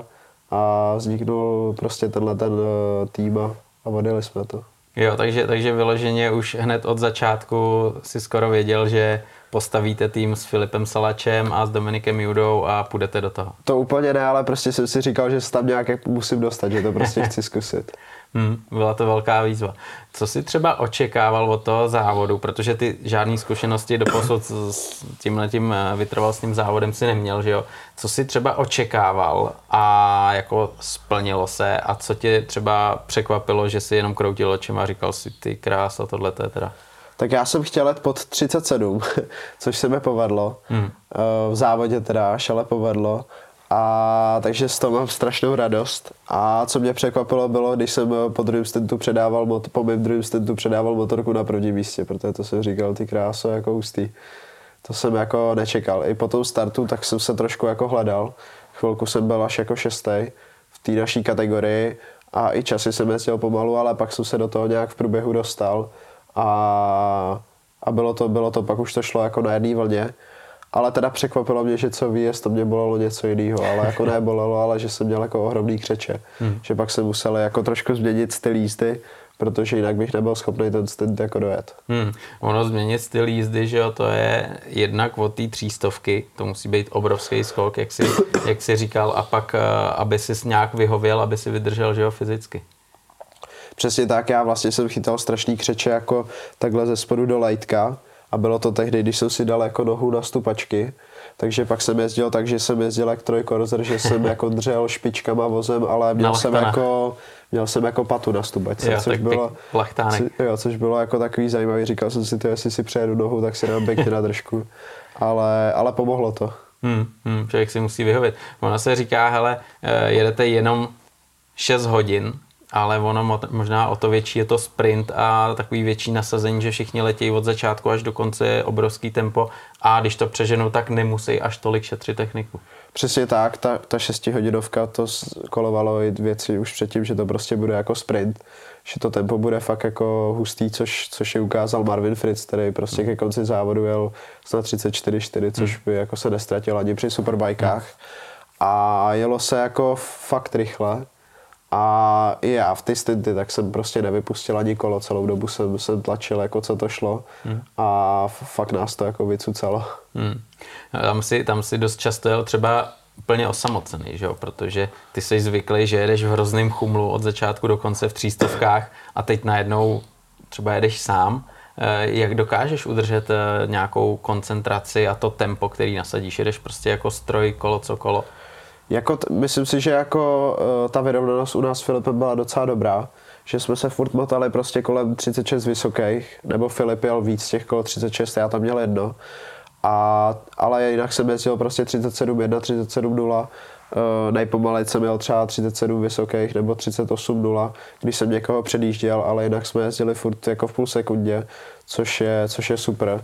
a vzniknul prostě tenhle ten uh, tým a, a odjeli jsme to. Jo, takže, takže vyloženě už hned od začátku si skoro věděl, že postavíte tým s Filipem Salačem a s Dominikem Judou a půjdete do toho. To úplně ne, ale prostě jsem si říkal, že se tam nějak musím dostat, že to prostě chci zkusit. Hmm, byla to velká výzva. Co jsi třeba očekával od toho závodu, protože ty žádný zkušenosti doposud s tímhletím vytrvalostním závodem si neměl, že jo? Co jsi třeba očekával a jako splnilo se a co tě třeba překvapilo, že jsi jenom kroutil očima a říkal si ty krása, tohle to je teda... Tak já jsem chtěl jet pod třicet sedm, což se mi povedlo. Hmm. V závodě teda až, ale povedlo. A takže z toho mám strašnou radost. A co mě překvapilo bylo, když jsem po druhém stintu předával, po mém druhém stintu předával motorku na prvním místě, protože to jsem říkal, ty kráso, jako hustý. To jsem jako nečekal. I po tom startu tak jsem se trošku jako hledal. Chvilku jsem byl až jako šestý v té naší kategorii a i časy jsem jezdil pomalu, ale pak jsem se do toho nějak v průběhu dostal. A, a bylo to, bylo to, pak už to šlo jako na jedné vlně, ale teda překvapilo mě, že co výjezd, to mě bolelo něco jiného, ale jako ne bolelo, ale že jsem měl jako ohromný křeče, hmm. že pak jsem musel jako trošku změnit styl jízdy, protože jinak bych nebyl schopný ten stint jako dojet. Hmm. Ono změnit styl jízdy, že jo, to je jednak od té třístovky, to musí být obrovský skok, jak jsi, jak jsi říkal, a pak, aby si nějak vyhověl, aby si vydržel, že jo, fyzicky. Přesně tak, já vlastně jsem chytal strašný křeče jako takhle ze spodu do lejtka a bylo to tehdy, když jsem si dal jako nohu na stupačky, takže pak jsem jezdil tak, že jsem jezdil jak trojkorzer, že jsem jako dřel špičkama vozem, ale měl jsem jako, měl jsem jako patu na stupačce, jo, což bylo, co, jo, což bylo jako takový zajímavý, říkal jsem si, ty, jestli si přejedu nohu, tak si dám pěkně na držku, ale, ale pomohlo to. Hmm, hmm, člověk si musí vyhovět. Ona se říká, hele, jedete jenom šest hodin, ale ono možná o to větší je to sprint a takový větší nasazení, že všichni letějí od začátku až do konce, je obrovský tempo a když to přeženou, tak nemusí až tolik šetřit techniku. Přesně tak, ta, ta šestihodinovka to kolovalo i věci už předtím, že to prostě bude jako sprint, že to tempo bude fakt jako hustý, což, což je ukázal Marvin Fritz, který prostě ke konci závodu jel snad třicet čtyři čtyři, což by jako se nestratil ani při superbajkách. A jelo se jako fakt rychle. A i já v ty stinty, tak jsem prostě nevypustil ani kolo, celou dobu jsem, jsem tlačil, jako co to šlo hmm. a fakt nás to jako vycucalo. Hmm. Tam, si, tam si dost často jel třeba úplně osamocený, že jo? Protože ty jsi zvyklý, že jedeš v hrozném chumlu od začátku do konce v třístovkách a teď najednou třeba jedeš sám. Jak dokážeš udržet nějakou koncentraci a to tempo, který nasadíš? Jedeš prostě jako stroj, kolo co kolo? Jako t- myslím si, že jako uh, ta vyrovnanost u nás s Filipem byla docela dobrá, že jsme se furt motali prostě kolem třicet šest vysokých, nebo Filip jel víc těch kol třicet šest, já tam měl jedno, a, ale jinak jsem jezdil prostě třicet sedm jedna, třicet sedm nula, uh, nejpomalej jsem měl třeba třicet sedm vysokých nebo třicet osm nula, když jsem někoho předjížděl, ale jinak jsme jezdili furt jako v půl sekundě, což je, což je super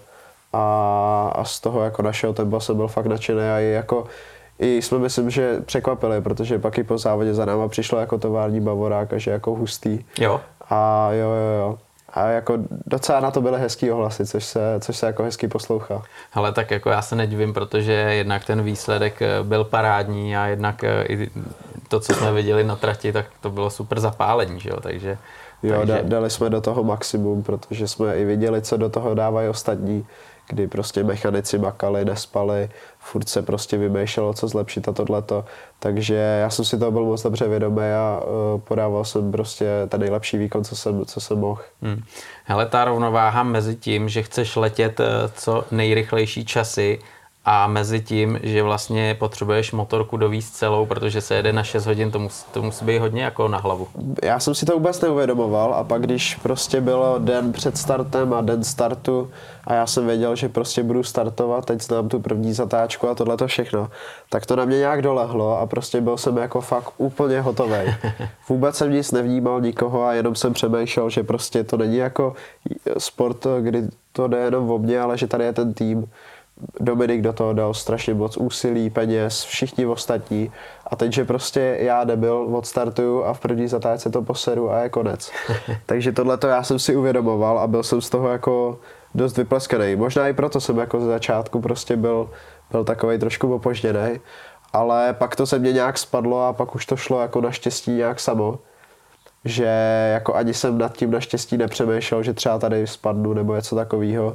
a, a z toho jako našeho tempa jsem byl fakt nadšený a i jako I jsme myslím, že překvapili, protože pak i po závodě za náma přišlo jako tovární Bavorák a že jako hustý. Jo. A jo, jo, jo. A jako docela na to byly hezký ohlasy, což se, což se jako hezky poslouchá. Hele, tak jako já se nedivím, protože jednak ten výsledek byl parádní a jednak i to, co jsme viděli na trati, tak to bylo super zapálení, že jo, takže... Jo, takže... dali jsme do toho maximum, protože jsme i viděli, co do toho dávají ostatní, kdy prostě mechanici makali, nespali, furt se prostě vymýšlelo, co zlepšit a tohleto. Takže já jsem si toho byl moc dobře vědomý a uh, podával jsem prostě ten nejlepší výkon, co jsem, co jsem mohl. Hmm. Hele, ta rovnováha mezi tím, že chceš letět co nejrychlejší časy a mezi tím, že vlastně potřebuješ motorku dovízt celou, protože se jede na šest hodin, to musí, to musí být hodně jako na hlavu. Já jsem si to vůbec neuvědomoval a pak když prostě bylo den před startem a den startu a já jsem věděl, že prostě budu startovat, teď znám tu první zatáčku a tohleto všechno, tak to na mě nějak dolehlo a prostě byl jsem jako fakt úplně hotovej. Vůbec jsem nic nevnímal nikoho a jenom jsem přemýšlel, že prostě to není jako sport, kdy to jde jenom o mě, ale že tady je ten tým. Dominik do toho dal strašně moc úsilí, peněz, všichni ostatní a teď, že prostě já debil odstartuju a v první zatáčce to poseru a je konec. Takže tohleto já jsem si uvědomoval a byl jsem z toho jako dost vypleskaný. Možná i proto jsem jako ze začátku prostě byl, byl takovej trošku opožděnej, ale pak to se mě nějak spadlo a pak už to šlo jako naštěstí nějak samo. Že jako ani jsem nad tím naštěstí nepřemýšlel, že třeba tady spadnu nebo něco takového.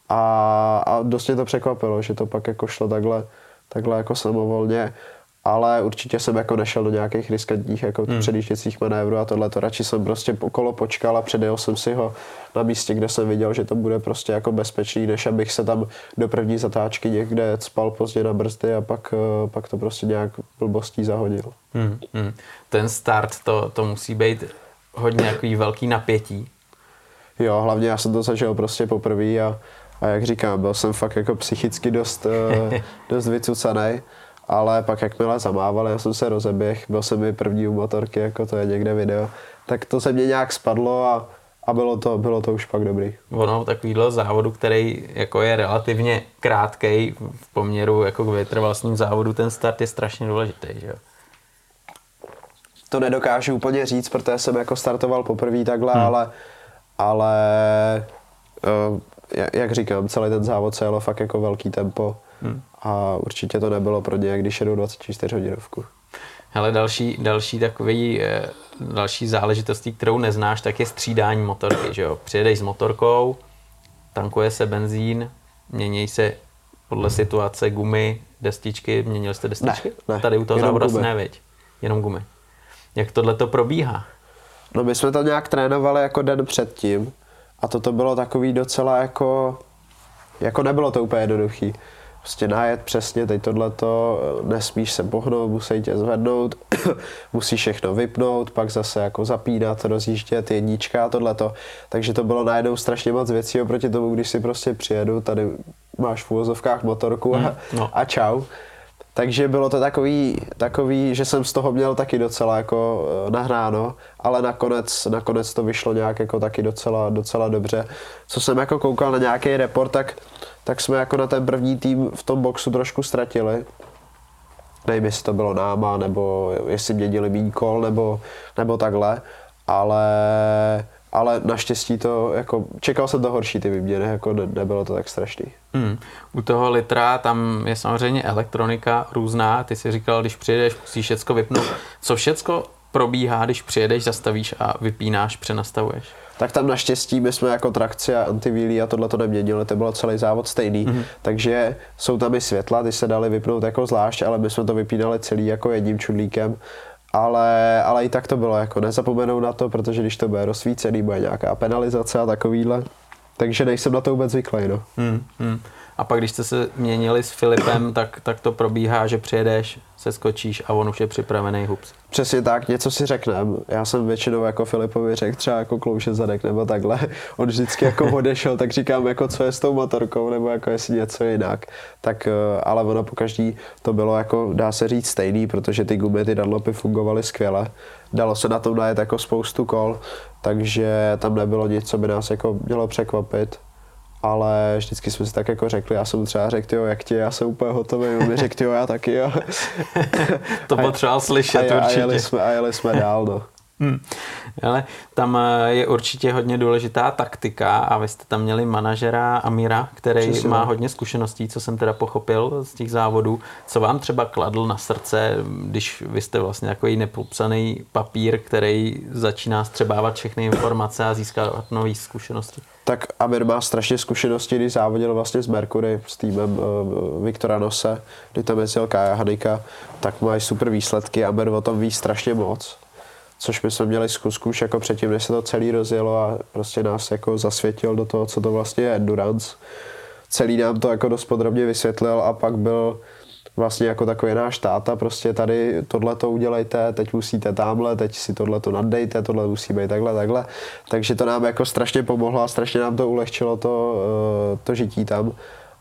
A, a dost mě to překvapilo, že to pak jako šlo takhle, takhle jako samovolně, ale určitě jsem jako nešel do nějakých riskantních jako hmm. předjížděcích manévrů a tohleto. Radši jsem prostě okolo počkal a předjel jsem si ho na místě, kde jsem viděl, že to bude prostě jako bezpečný, než abych se tam do první zatáčky někde cpal pozdě na brzdy a pak, pak to prostě nějak blbostí zahodil. Hmm. Hmm. Ten start, to, to musí být hodně takový velký napětí. Jo, hlavně já jsem to zažil prostě poprvé a A jak říkám, byl jsem fakt jako psychicky dost, dost vycucanej, ale pak jakmile zamával, já jsem se rozeběh, byl jsem i první u motorky, jako to je někde video, tak to se mě nějak spadlo a, a bylo, to, bylo to už pak dobrý. Ono takovýhle závodu, který jako je relativně krátkej v poměru jako k vytrvalostním závodu, ten start je strašně důležitý, že jo? To nedokážu úplně říct, protože jsem jako startoval poprvé takhle, hmm. ale, ale uh, jak říkám, celý ten závod se jelo fakt jako velký tempo hmm. a určitě to nebylo pro ně, když jedou dvacet čtyři hodinovku. Hele, další, další takový, další záležitostí, kterou neznáš, tak je střídání motorky, že jo? Přijedeš s motorkou, tankuje se benzín, mění se podle situace gumy, destičky, měnili jste destičky? Ne, ne. Tady u toho závodu asi ne, viď? Jenom gumy. Jak tohle to probíhá? No my jsme to nějak trénovali jako den předtím. A toto bylo takový docela jako, jako nebylo to úplně jednoduchý. Prostě najet přesně, teď tohleto, nesmíš se pohnout, musí tě zvednout, musíš všechno vypnout, pak zase jako zapínat, rozjíždět, jednička a tohleto. Takže to bylo najednou strašně moc věcí oproti tomu, když si prostě přijedu, tady máš v uvozovkách motorku a, no. a čau. Takže bylo to takový, takový, že jsem z toho měl taky docela jako nahráno, ale nakonec, nakonec to vyšlo nějak jako taky docela, docela dobře. Co jsem jako koukal na nějaký report, tak, tak jsme jako na ten první tým v tom boxu trošku ztratili. nevím, jestli to bylo náma, nebo jestli měnili míň kol, nebo, nebo takhle, ale, ale naštěstí to, jako, čekal jsem to horší ty výměny, jako ne, nebylo to tak strašný. Hmm. U toho litra tam je samozřejmě elektronika různá, ty si říkal, když přijedeš, musíš všecko vypnout. Co všecko probíhá, když přijedeš, zastavíš a vypínáš, přenastavuješ? Tak tam naštěstí my jsme jako trakci a antivíly a tohle to neměnili, to bylo celý závod stejný, mm-hmm. takže jsou tam i světla, ty se daly vypnout jako zvlášť, ale my jsme to vypínali celý jako jedním čudlíkem, ale, ale i tak to bylo, jako nezapomenou na to, protože když to bude rozsvícený, bude nějaká penalizace a takovýhle, takže nejsem na to vůbec zvyklý, no. Hmm, hmm. A pak když jste se měnili s Filipem, tak, tak to probíhá, že přijedeš, se skočíš a on už je připravený hups. Přesně tak, něco si řekneme. Já jsem většinou jako Filipovi řekl třeba jako klouše zadek nebo takhle. On vždycky jako odešel, tak říkám jako co je s tou motorkou nebo jako jestli něco jinak. Tak, ale ono pokaždý to bylo jako dá se říct stejný, protože ty gumy, ty Dunlopy fungovaly skvěle. Dalo se na tom najet jako spoustu kol, takže tam nebylo nic, co by nás jako mělo překvapit. Ale vždycky jsme si tak jako řekli, já jsem třeba řekl, jo, jak ti, já jsem úplně hotový, on mi řekl, jo, já taky, jo. To potřeboval slyšet a, určitě. A jeli jsme, a jeli jsme dál, no. Hmm. Ale tam je určitě hodně důležitá taktika a vy jste tam měli manažera Amira, který Přesně. má hodně zkušeností, co jsem teda pochopil z těch závodů. Co vám třeba kladl na srdce, když vy jste vlastně takový nepopsaný papír, který začíná střebávat všechny informace a získávat nové zkušenosti? Tak Amir má strašně zkušenosti, když závodil vlastně s Mercury, s týmem uh, Viktora Nose, kdy tam jezdil Kája Hanika, tak mají super výsledky. Amir o tom ví strašně moc. Což my jsme měli zkus jako předtím, než se to celý rozjelo a prostě nás jako zasvětil do toho, co to vlastně je endurance. Celý nám to jako dost podrobně vysvětlil a pak byl vlastně jako takový náš táta, prostě tady tohleto udělejte, teď musíte tamhle, teď si tohleto naddejte, tohle musí být takhle, takhle. Takže to nám jako strašně pomohlo a strašně nám to ulehčilo to, to žití tam.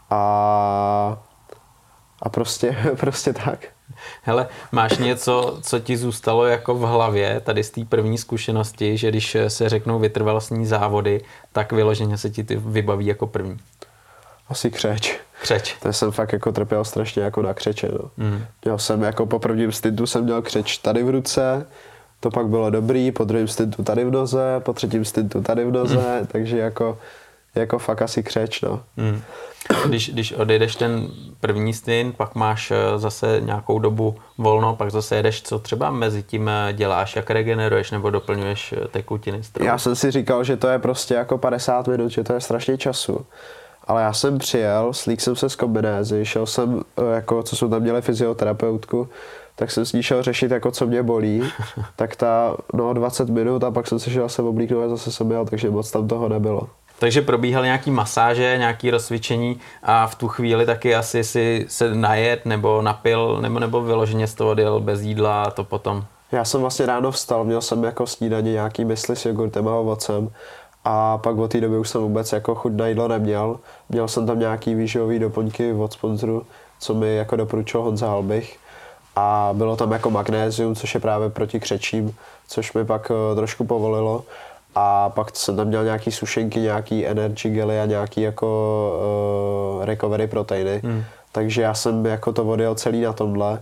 A, a prostě, prostě tak. Hele, máš něco, co ti zůstalo jako v hlavě tady z té první zkušenosti, že když se řeknou vytrvalostní závody, tak vyloženě se ti ty vybaví jako první? Asi křeč. Křeč. To jsem fakt jako trpěl strašně jako na křeče, no. Mm. Měl jsem jako po prvním stintu jsem měl křeč tady v ruce, to pak bylo dobrý, po druhém stintu tady v noze, po třetím stintu tady v noze, mm. takže jako, jako fakt asi křeč, no. Mm. Když, když odejdeš ten první stint, pak máš zase nějakou dobu volno, pak zase jedeš, co třeba mezi tím děláš, jak regeneruješ nebo doplňuješ tekutiny? Já jsem si říkal, že to je prostě jako padesát minut, že to je strašně času. Ale já jsem přijel, slík jsem se z kombinézy, šel jsem, jako, co jsme tam měli fyzioterapeutku, tak jsem s ní šel řešit, jako, co mě bolí. Tak ta, no dvacet minut a pak jsem se šel se oblíknout a zase jsem jel, takže moc tam toho nebylo. Takže probíhaly nějaký masáže, nějaký rozcvičení a v tu chvíli taky asi si se najet nebo napil nebo, nebo vyloženě z toho odjel bez jídla a to potom? Já jsem vlastně ráno vstal, měl jsem jako snídaně nějaký mysli s jogurtem a ovocem a pak od té doby už jsem vůbec jako chuť na jídlo neměl. Měl jsem tam nějaký výživový doplňky od sponzoru, co mi jako doporučil Honza Halbich a bylo tam jako magnézium, což je právě proti křečím, což mi pak trošku povolilo. A pak jsem tam měl nějaký sušenky, nějaký energy gely a nějaký jako uh, recovery proteiny. Hmm. Takže já jsem jako to odjel celý na tomhle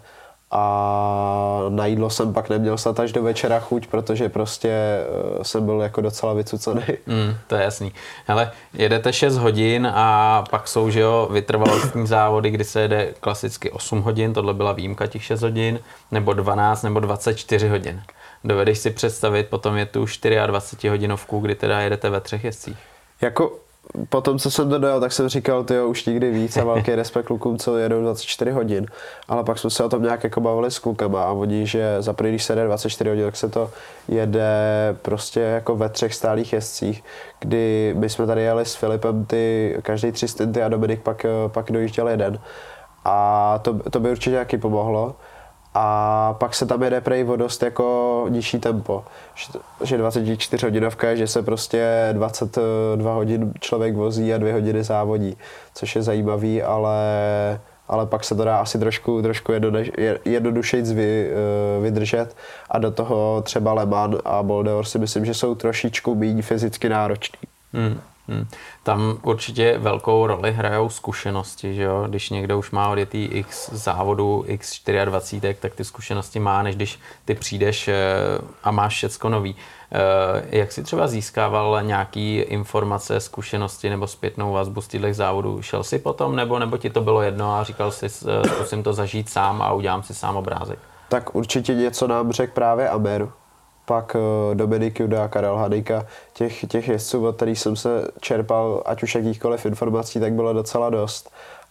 a na jídlo jsem pak neměl snad až do večera chuť, protože prostě uh, jsem byl jako docela vycucený. Hmm, to je jasný. Hele, jedete šest hodin a pak jsou, že jo, vytrvalostní závody, kdy se jede klasicky osm hodin, tohle byla výjimka těch šest hodin, nebo dvanáct nebo dvacet čtyři hodin. Dovedeš si představit, potom je tu dvacet čtyři hodinovku, kdy teda jedete ve třech jezdcích. Jako po tom, co jsem to dojel, tak jsem říkal, tyjo, už nikdy víc a velký respekt klukům, co jedou dvacet čtyři hodin. Ale pak jsme se o tom nějak jako bavili s klukama a oni, že za první, když se jede dvacet čtyři hodin, tak se to jede prostě jako ve třech stálých jezdcích, kdy my jsme tady jeli s Filipem ty každý tři stinty a Dominik pak, pak dojížděl jeden. A to, to by určitě nějaký pomohlo. A pak se tam jede prej o dost jako nižší tempo, že dvacet čtyři hodinovka je, že se prostě dvacet dva hodin člověk vozí a dvě hodiny závodí, což je zajímavý, ale, ale pak se to dá asi trošku, trošku jednodušejc vy, vydržet a do toho třeba Le Mans a Boldeur si myslím, že jsou trošičku méně fyzicky náročný. Hmm. Hmm. Tam určitě velkou roli hrajou zkušenosti, že jo? Když někdo už má odjetý x závodu, x dvacet čtyři, tak ty zkušenosti má, než když ty přijdeš a máš všecko nový. Jak jsi třeba získával nějaký informace, zkušenosti nebo zpětnou vazbu z těchto závodů? Šel jsi potom, nebo, nebo ti to bylo jedno a říkal jsi, zkusím to zažít sám a udělám si sám obrázek? Tak určitě něco nám řekl právě Amer, pak Dominik Juda a Karel Hanika. Těch, těch jezdců, od kterých jsem se čerpal, ať už jakýchkoliv informací, tak bylo docela dost.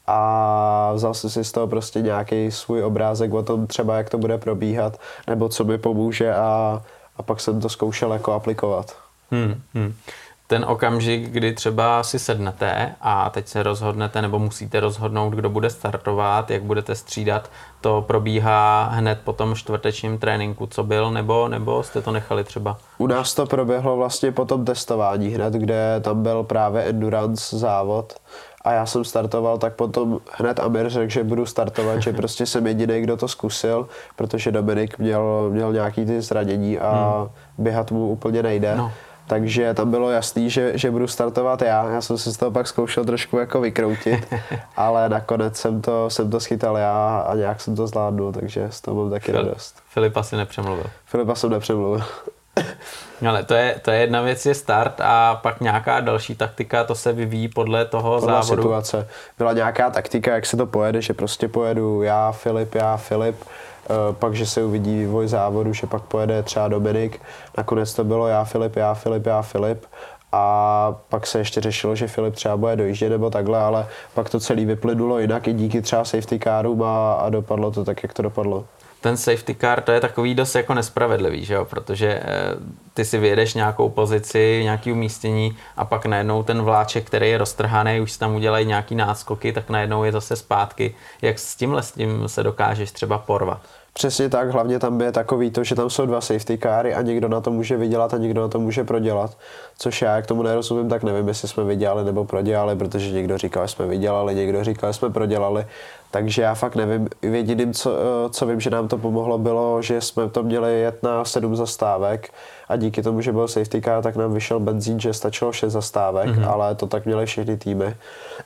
A vzal jsem si z toho prostě nějaký svůj obrázek o tom třeba, jak to bude probíhat, nebo co mi pomůže a, a pak jsem to zkoušel jako aplikovat. Hmm, hmm. Ten okamžik, kdy třeba si sednete a teď se rozhodnete nebo musíte rozhodnout, kdo bude startovat, jak budete střídat, to probíhá hned po tom čtvrtečním tréninku, co byl, nebo, nebo jste to nechali třeba? U nás to proběhlo vlastně po tom testování hned, kde tam byl právě endurance závod a já jsem startoval, tak potom hned Amir řekl, že budu startovat, že prostě jsem jediný, kdo to zkusil, protože Dominik měl, měl nějaký ty zranění a hmm. běhat mu úplně nejde. No. Takže tam bylo jasný, že, že budu startovat já. Já jsem si z toho pak zkoušel trošku jako vykroutit, ale nakonec jsem to, jsem to schytal já a nějak jsem to zvládnul, takže z toho mám taky Fil- radost. Filipa si nepřemluvil. Filipa jsem nepřemluvil. Ale to je, to je jedna věc, je start a pak nějaká další taktika, to se vyvíjí podle toho podle závodu. Situace. Byla nějaká taktika, jak se to pojede, že prostě pojedu já, Filip, já, Filip, Uh, pak, že se uvidí vývoj závodu, že pak pojede třeba Dominik. Nakonec to bylo já, Filip, já, Filip, já, Filip. A pak se ještě řešilo, že Filip třeba bude dojíždět nebo takhle, ale pak to celé vyplynulo jinak i díky třeba safety carům a, a dopadlo to tak, jak to dopadlo. Ten safety car, to je takový dost jako nespravedlivý, že jo? Protože eh, ty si vyjedeš nějakou pozici, nějaký umístění a pak najednou ten vláček, který je roztrhaný, už si tam udělají nějaký náskoky, tak najednou je zase zpátky. Jak s tímhle s tím se dokážeš třeba porvat? Přesně tak, hlavně tam je takový to, že tam jsou dva safety cary a někdo na to může vydělat a někdo na to může prodělat. Což já, jak tomu nerozumím, tak nevím, jestli jsme vydělali nebo prodělali, protože někdo říkal, že jsme vydělali, někdo říkal, že jsme prodělali. Takže já fakt nevím. Jediným, co, co vím, že nám to pomohlo, bylo, že jsme to měli jet na sedm zastávek a díky tomu, že byl safety car, tak nám vyšel benzín, že stačilo šest zastávek, mm-hmm. ale to tak měly všechny týmy.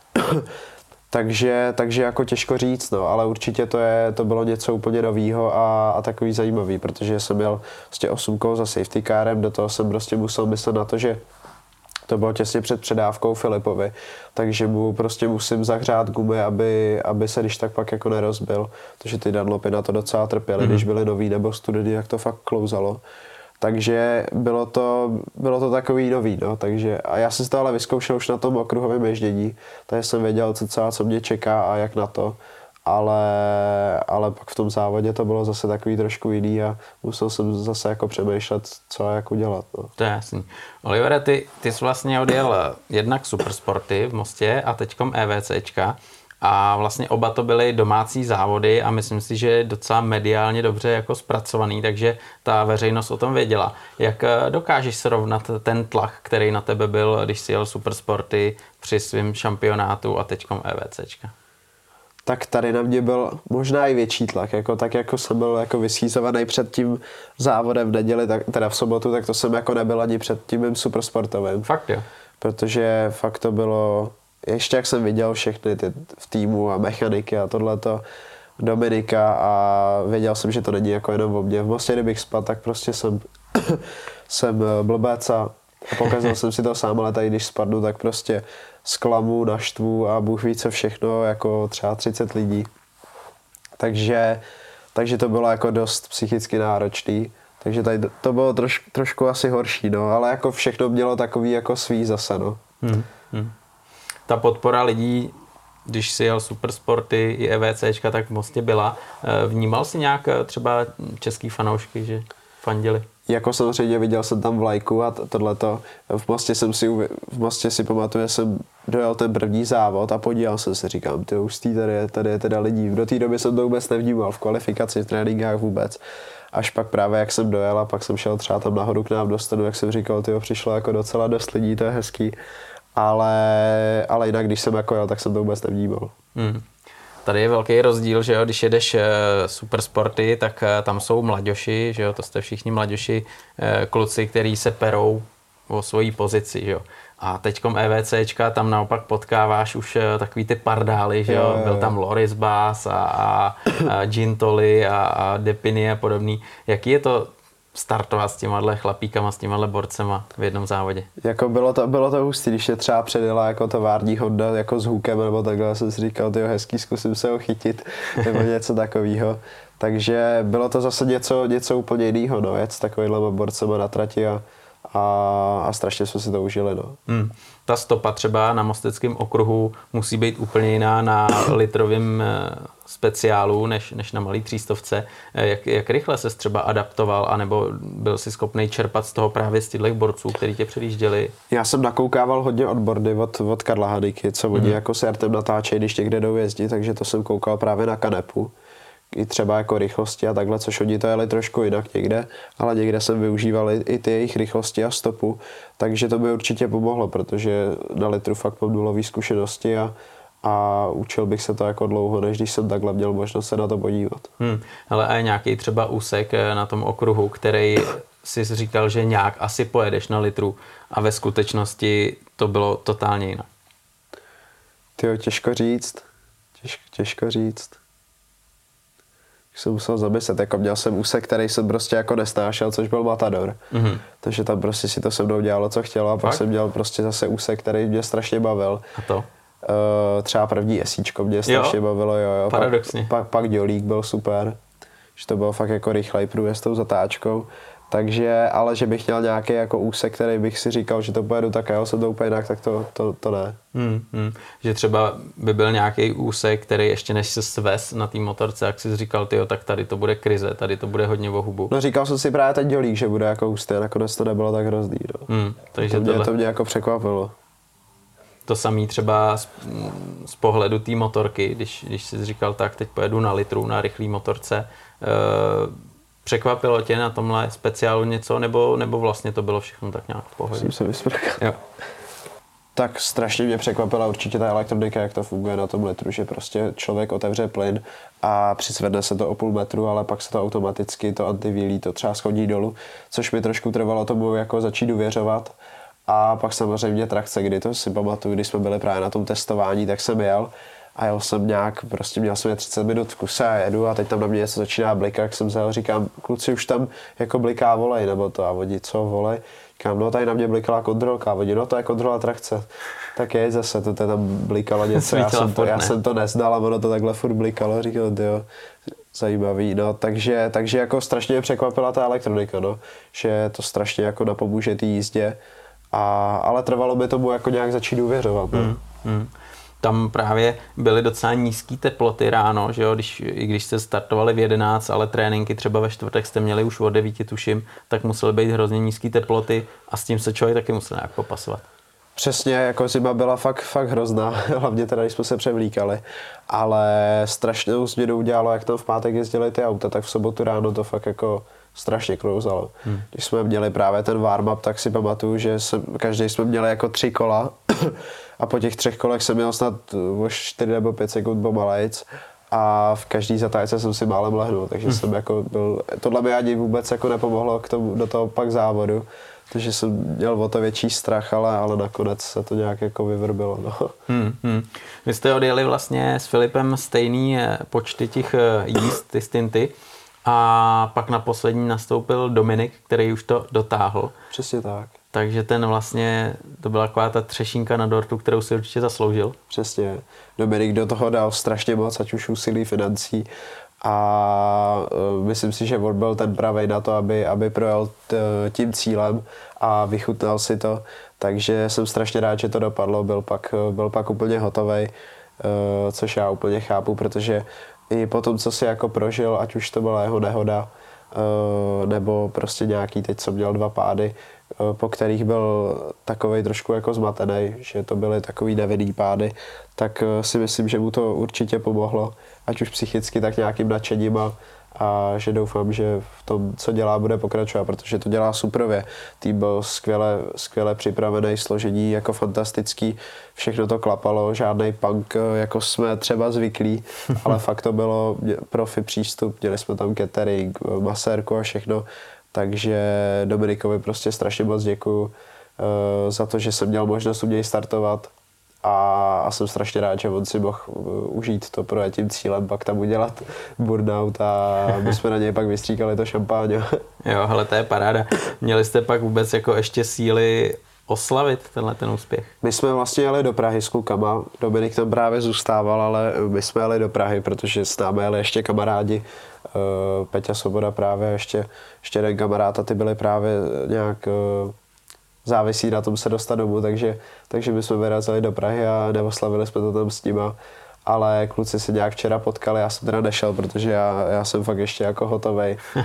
Takže, takže jako těžko říct, no, ale určitě to, je, to bylo něco úplně novýho a, a takový zajímavý, protože jsem měl prostě osm kol za safety carem, do toho jsem prostě musel myslet na to, že to bylo těsně před předávkou Filipovi, takže mu prostě musím zahřát gumy, aby, aby se když tak pak jako nerozbil, protože ty Dunlopy na to docela trpěly, mm. když byly nový nebo studený, tak to fakt klouzalo. Takže bylo to, bylo to takový nový, no, takže a já jsem si to ale vyzkoušel už na tom okruhovém ježdění, takže jsem věděl, co, co, co mě čeká a jak na to, ale, ale pak v tom závodě to bylo zase takový trošku jiný a musel jsem zase jako přemýšlet, co a jak udělat, no. To je jasný. Olivere, ty, ty jsi vlastně odjel jednak Supersporty v Mostě a teďkom EVCčka. A vlastně oba to byly domácí závody a myslím si, že je docela mediálně dobře jako zpracovaný, takže ta veřejnost o tom věděla. Jak dokážeš srovnat ten tlak, který na tebe byl, když jsi jel Supersporty při svém šampionátu a teďkom EVCčka? Tak tady na mě byl možná i větší tlak, jako, tak jako jsem byl jako vyschýzovaný před tím závodem v neděli, tak, teda v sobotu, tak to jsem jako nebyl ani před tím mým Supersportovým. Fakt jo? Protože fakt to bylo... Ještě jak jsem viděl všechny ty v týmu a mechaniky a tohleto, Dominika a věděl jsem, že to není jako jenom o mě. V Mostě, kdybych spadl, tak prostě jsem, jsem blbec a pokazil jsem si to sám, ale tady když spadnu, tak prostě zklamu, naštvu a Bůh ví co všechno, jako třeba třicet lidí. Takže, takže to bylo jako dost psychicky náročný. Takže tady to bylo troš, trošku asi horší, no, ale jako všechno mělo takový jako svý zase, no. Hmm, hmm. Ta podpora lidí, když si jel Supersporty i EVCčka, tak v Mostě byla. Vnímal jsi nějak třeba český fanoušky, že fandili? Jako samozřejmě viděl jsem tam vlajku a tohleto. V Mostě jsem si, v Mostě si pamatuju, že jsem dojel ten první závod a podíval jsem se, říkám, ty hustý, tady je, tady je teda lidí. Do té doby jsem to vůbec nevnímal, v kvalifikaci, v tréninkách vůbec. Až pak právě jak jsem dojel a pak jsem šel třeba tam nahoru k nám do stanu, jak jsem říkal, tyjo, přišlo jako docela dost lidí, to je hezký. Ale, ale jinak, když jsem jako jel, tak jsem to vůbec nevnímal. Hmm. Tady je velký rozdíl, že jo, když jedeš uh, Supersporty, tak uh, tam jsou mladěši, že jo, to jste všichni mladěši, uh, kluci, který se perou o svojí pozici, že jo. A teďkom EVCčka tam naopak potkáváš už takový ty pardály, že jo. jo, jo, jo. Byl tam Loris Bass a, a, a Gintoli a, a Depiny a podobný. Jaký je to startovat s těmahle chlapíkama, s těmahle borcema v jednom závodě? Jako bylo to, bylo to hustý, když je třeba předjela jako tovární Honda jako s hukem nebo takhle, jsem si říkal, tyjo, hezký, zkusím se ho chytit nebo něco takového. Takže bylo to zase něco, něco úplně jiného, no, jet s takovýhle borcema na trati a, a, a strašně jsme si to užili, no. Hmm. Ta stopa třeba na Mosteckém okruhu musí být úplně jiná na litrovém speciálu než, než na malý třístovce. Jak, jak rychle ses třeba adaptoval, anebo byl si schopný čerpat z toho právě z těchto borců, který tě předjížděli? Já jsem nakoukával hodně odbordy od, od Karla Hanyky, co oni mm. jako s Jartem natáčejí, když někde jdou jezdit, takže to jsem koukal právě na kanepu. I třeba jako rychlosti a takhle, což oni to jeli trošku jinak někde, ale někde jsem využíval i, i ty jejich rychlosti a stopu, takže to by určitě pomohlo, protože na litru fakt mám nulový zkušenosti a, a učil bych se to jako dlouho, než když jsem takhle měl možnost se na to podívat. Hmm. Ale a je nějaký třeba úsek na tom okruhu, který jsi říkal, že nějak asi pojedeš na litru a ve skutečnosti to bylo totálně jinak? Tyjo, těžko říct, těžko, těžko říct. Jsem musel zamyslet, jako měl jsem úsek, který jsem prostě jako nesnášel, což byl Matador. Mm-hmm. Takže tam prostě si to se mnou dělalo, co chtělo, a pak jsem měl prostě zase úsek, který mě strašně bavil. A to? Uh, třeba první esíčko mě strašně jo? bavilo, jo, jo. Paradoxně. Pak, pak, pak Dělík byl super, že to bylo fakt jako rychlej průjezd s tou zatáčkou. Takže, ale že bych měl nějaký jako úsek, který bych si říkal, že to pojedu tak, já jsem to úplně jinak, tak to, to, to ne. Hmm, hmm. Že třeba by byl nějaký úsek, který ještě než se svez na té motorce, jak jsi říkal, tyjo, tak tady to bude krize, tady to bude hodně o hubu. No říkal jsem si právě ten Dělík, že bude jako hustý, a nakonec to nebylo tak hrozný. No. Hmm, takže to, mě, tohle... to mě jako překvapilo. To samý třeba z, z pohledu té motorky, když, když jsi říkal, tak teď pojedu na litru, na rychlý motorce, e- překvapilo tě na tomhle speciálu něco, nebo, nebo vlastně to bylo všechno tak nějak v pohodě? Jsem se vysprkal. Tak strašně mě překvapila určitě ta elektronika, jak to funguje na tom litru, že prostě člověk otevře plyn a přizvedne se to o půl metru, ale pak se to automaticky, to antivílí, to třeba schodí dolů, což mi trošku trvalo tomu jako začít důvěřovat. A pak samozřejmě trakce, kdy to si pamatuju, když jsme byli právě na tom testování, tak jsem jel a jel jsem nějak, prostě měl jsem je třicet minut v kuse a jedu a teď tam na mě něco začíná blikat, jak jsem se jel, říkám, kluci, už tam jako bliká volej, nebo to, a oni, co volej? Říkám, no tady na mě blikala kontrolka, a oni, no to je kontrola trakce. Tak je zase, to tam blikalo něco, já jsem, to, já jsem to neznal a ono to takhle furt blikalo, říkal, jo, zajímavý, no, takže, takže jako strašně mě překvapila ta elektronika, no, že to strašně jako napomůže té jízdě, a, ale trvalo by tomu jako nějak začít důvěřovat, no. Mm, mm. Tam právě byly docela nízké teploty ráno, že jo, když, i když jste startovali v jedenáct, ale tréninky třeba ve čtvrtek jste měli už od devíti, tuším, tak musely být hrozně nízké teploty a s tím se člověk taky musel nějak popasovat. Přesně, jako zima byla fakt, fakt hrozná, hlavně teda, když jsme se převlíkali, ale strašnou změnu udělalo, jak tam v pátek jezdili ty auta, tak v sobotu ráno to fakt jako strašně klouzalo. Hmm. Když jsme měli právě ten warm-up, tak si pamatuju, že jsem, každý jsme měli jako tři kola a po těch třech kolech jsem měl snad o čtyři nebo pět sekund pomalejc a v každý zatáčce jsem si málem lehnul, takže hmm. jsem jako byl, tohle mi ani vůbec jako nepomohlo k tomu, do toho pak závodu, takže jsem měl o to větší strach, ale, ale nakonec se to nějak jako vyvrbilo. No. Hmm, hmm. Vy jste odjeli vlastně s Filipem stejný počty těch jízd, ty stinty, a pak na poslední nastoupil Dominik, který už to dotáhl. Přesně tak. Takže ten vlastně, to byla taková ta třešínka na dortu, kterou si určitě zasloužil. Přesně. Dominik do toho dal strašně moc, ať už úsilí, financí, a uh, myslím si, že on byl ten pravej na to, aby, aby projel t, tím cílem a vychutnal si to. Takže jsem strašně rád, že to dopadlo. Byl pak, byl pak úplně hotovej, uh, což já úplně chápu, protože i po tom, co si jako prožil, ať už to byla jeho nehoda, nebo prostě nějaký, teď jsem měl dva pády, po kterých byl takovej trošku jako zmatený, že to byly takový nevinný pády, tak si myslím, že mu to určitě pomohlo, ať už psychicky, tak nějakým nadšením, a, a že doufám, že v tom, co dělá, bude pokračovat, protože to dělá suprově. Tým byl skvěle, skvěle připravený, složení jako fantastický, všechno to klapalo, žádnej punk, jako jsme třeba zvyklí, ale fakt to bylo profi přístup, měli jsme tam catering, masérku a všechno, takže Dominikovi prostě strašně moc děkuju. za to, že jsem měl možnost u něj startovat. A, a jsem strašně rád, že on si mohl užít to projetím cílem, pak tam udělat burnout a my jsme na něj pak vystříkali to šampáň. Jo, hele, to je paráda. Měli jste pak vůbec jako ještě síly oslavit tenhle ten úspěch? My jsme vlastně jeli do Prahy s klukama, Dominik tam právě zůstával, ale my jsme jeli do Prahy, protože s námi jeli ještě kamarádi, Peťa Svoboda právě, ještě, ještě jeden kamarád a ty byli právě nějak závisí na tom se dostat domů, takže, takže my jsme vyrazili do Prahy a neoslavili jsme to tam s nima, ale kluci se nějak včera potkali, já jsem teda nešel, protože já, já jsem fakt ještě jako hotovej, uh,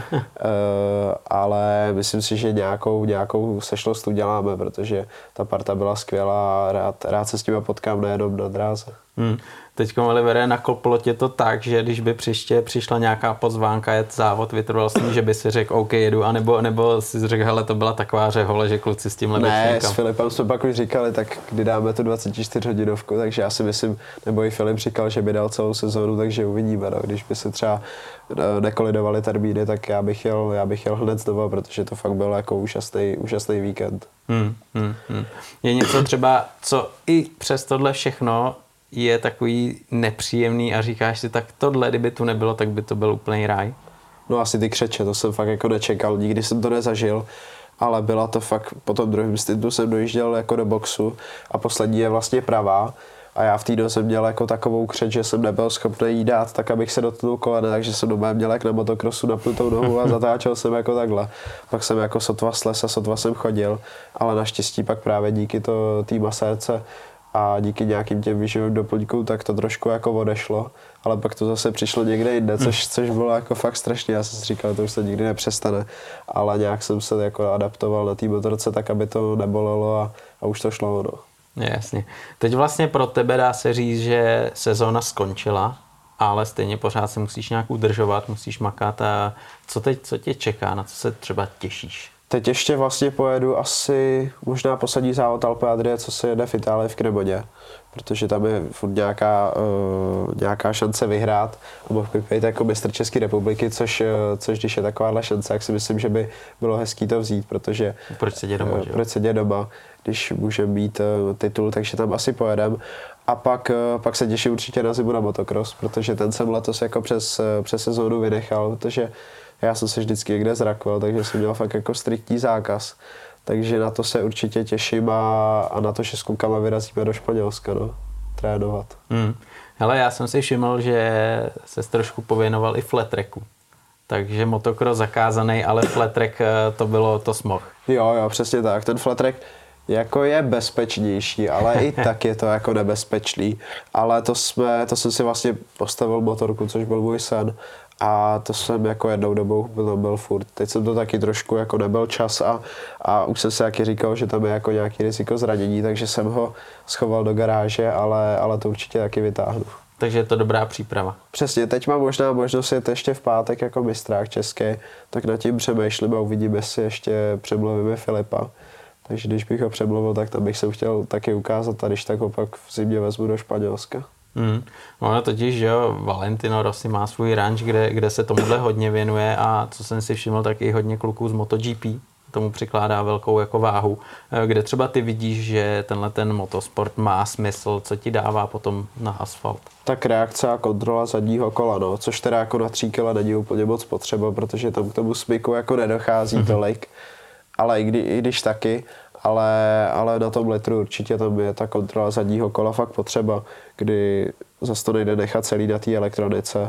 ale myslím si, že nějakou, nějakou sešlost uděláme, protože ta parta byla skvělá a rád, rád se s nima potkám nejenom na dráze. Hmm. Teď, Olivere, nakoplo tě to tak, že když by příště přišla nějaká pozvánka, jet závod vytrvalostní, že by si řekl OK, jedu, anebo, nebo si řekl, hele, to byla taková řehole, že kluci s tímhle Ne, někam. s Filipem jsme pak už říkali, tak kdy dáme tu dvacetičtyřhodinovku, takže já si myslím, nebo i Filip říkal, že by dal celou sezónu, takže uvidíme, no. Když by se třeba nekolidovali termíny, tak já bych jel, já bych jel hned znova, protože to fakt byl jako úžasný, úžasný víkend. Hmm, hmm, hmm. Je něco třeba, co i přes tohle všechno je takový nepříjemný a říkáš si, tak tohle, kdyby tu nebylo, tak by to byl úplný ráj? No asi ty křeče, to jsem fakt jako nečekal, nikdy jsem to nezažil, ale byla to fakt, po tom druhém stintu jsem dojížděl jako do boxu a poslední je vlastně pravá a já v té doze měl jako takovou křeč, že jsem nebyl schopný jí dát tak, abych se dotknul kolene, takže jsem doma měl jak na motokrosu napnutou nohu a zatáčel jsem jako takhle. Pak jsem jako sotva sles a sotva jsem chodil, ale naštěstí pak právě díky to té masérce a díky nějakým těm výživovým doplňkům, tak to trošku jako odešlo, ale pak to zase přišlo někde jinde, což, což bylo jako fakt strašně, já jsem si říkal, to už se nikdy nepřestane, ale nějak jsem se jako adaptoval na té motorce tak, aby to nebolelo a, a už to šlo, no. Jasně. Teď vlastně pro tebe dá se říct, že sezóna skončila, ale stejně pořád se musíš nějak udržovat, musíš makat a co teď, co tě čeká, na co se třeba těšíš? Teď ještě vlastně pojedu asi možná poslední závod Alpe Adrie, co se jede v Itálii v Cremoně, protože tam je furt nějaká, uh, nějaká šance vyhrát a mohl by být jako mistr České republiky, což, uh, což když je takováhle šance, tak si myslím, že by bylo hezký to vzít, protože proč sedět doma, uh, proč sedět doma, když může mít uh, titul, takže tam asi pojedem. A pak, uh, pak se těším určitě na zimu na motocross, protože ten jsem letos jako přes, uh, přes sezónu vynechal, protože já jsem se vždycky někde zrakvil, takže jsem měl fakt jako striktní zákaz. Takže na to se určitě těším a, a na to, že s klukama vyrazíme do Španělska, no, trénovat. Hmm. Hele, já jsem si všiml, že ses trošku pověnoval i flat tracku. Takže motocross zakázaný, ale flat track to bylo, to smoh. Jo, jo, přesně tak. Ten flat track jako je bezpečnější, ale i tak je to jako nebezpečný. Ale to, jsme, to jsem si vlastně postavil motorku, což byl můj sen. A to jsem jako jednou dobou byl, byl furt. Teď jsem to taky trošku jako nebyl čas a, a už jsem si taky říkal, že tam je jako nějaký riziko zranění, takže jsem ho schoval do garáže, ale, ale to určitě taky vytáhnu. Takže je to dobrá příprava. Přesně, teď mám možná možnost jet ještě v pátek jako mistrák český, tak nad tím přemýšlím a uvidíme, jestli ještě přemluvíme Filipa. Takže když bych ho přemluvil, tak tam bych se chtěl taky ukázat a když tak ho pak v zimě vezmu do Španělska. Hmm. Ono totiž, že jo, Valentino Rossi má svůj ranč, kde, kde se tomuhle hodně věnuje a co jsem si všiml, taky hodně kluků z MotoGP tomu přikládá velkou jako váhu, kde třeba ty vidíš, že tenhle ten motosport má smysl, co ti dává potom na asfalt. Tak reakce a kontrola zadního kola, no, což teda jako na tří kila není úplně moc potřeba, protože tam k tomu smyku jako nedochází mm-hmm. tolik, ale i, kdy, i když taky, ale, ale na tom litru určitě tam je ta kontrola zadního kola fakt potřeba, kdy zase to nejde nechat celý na té elektronice,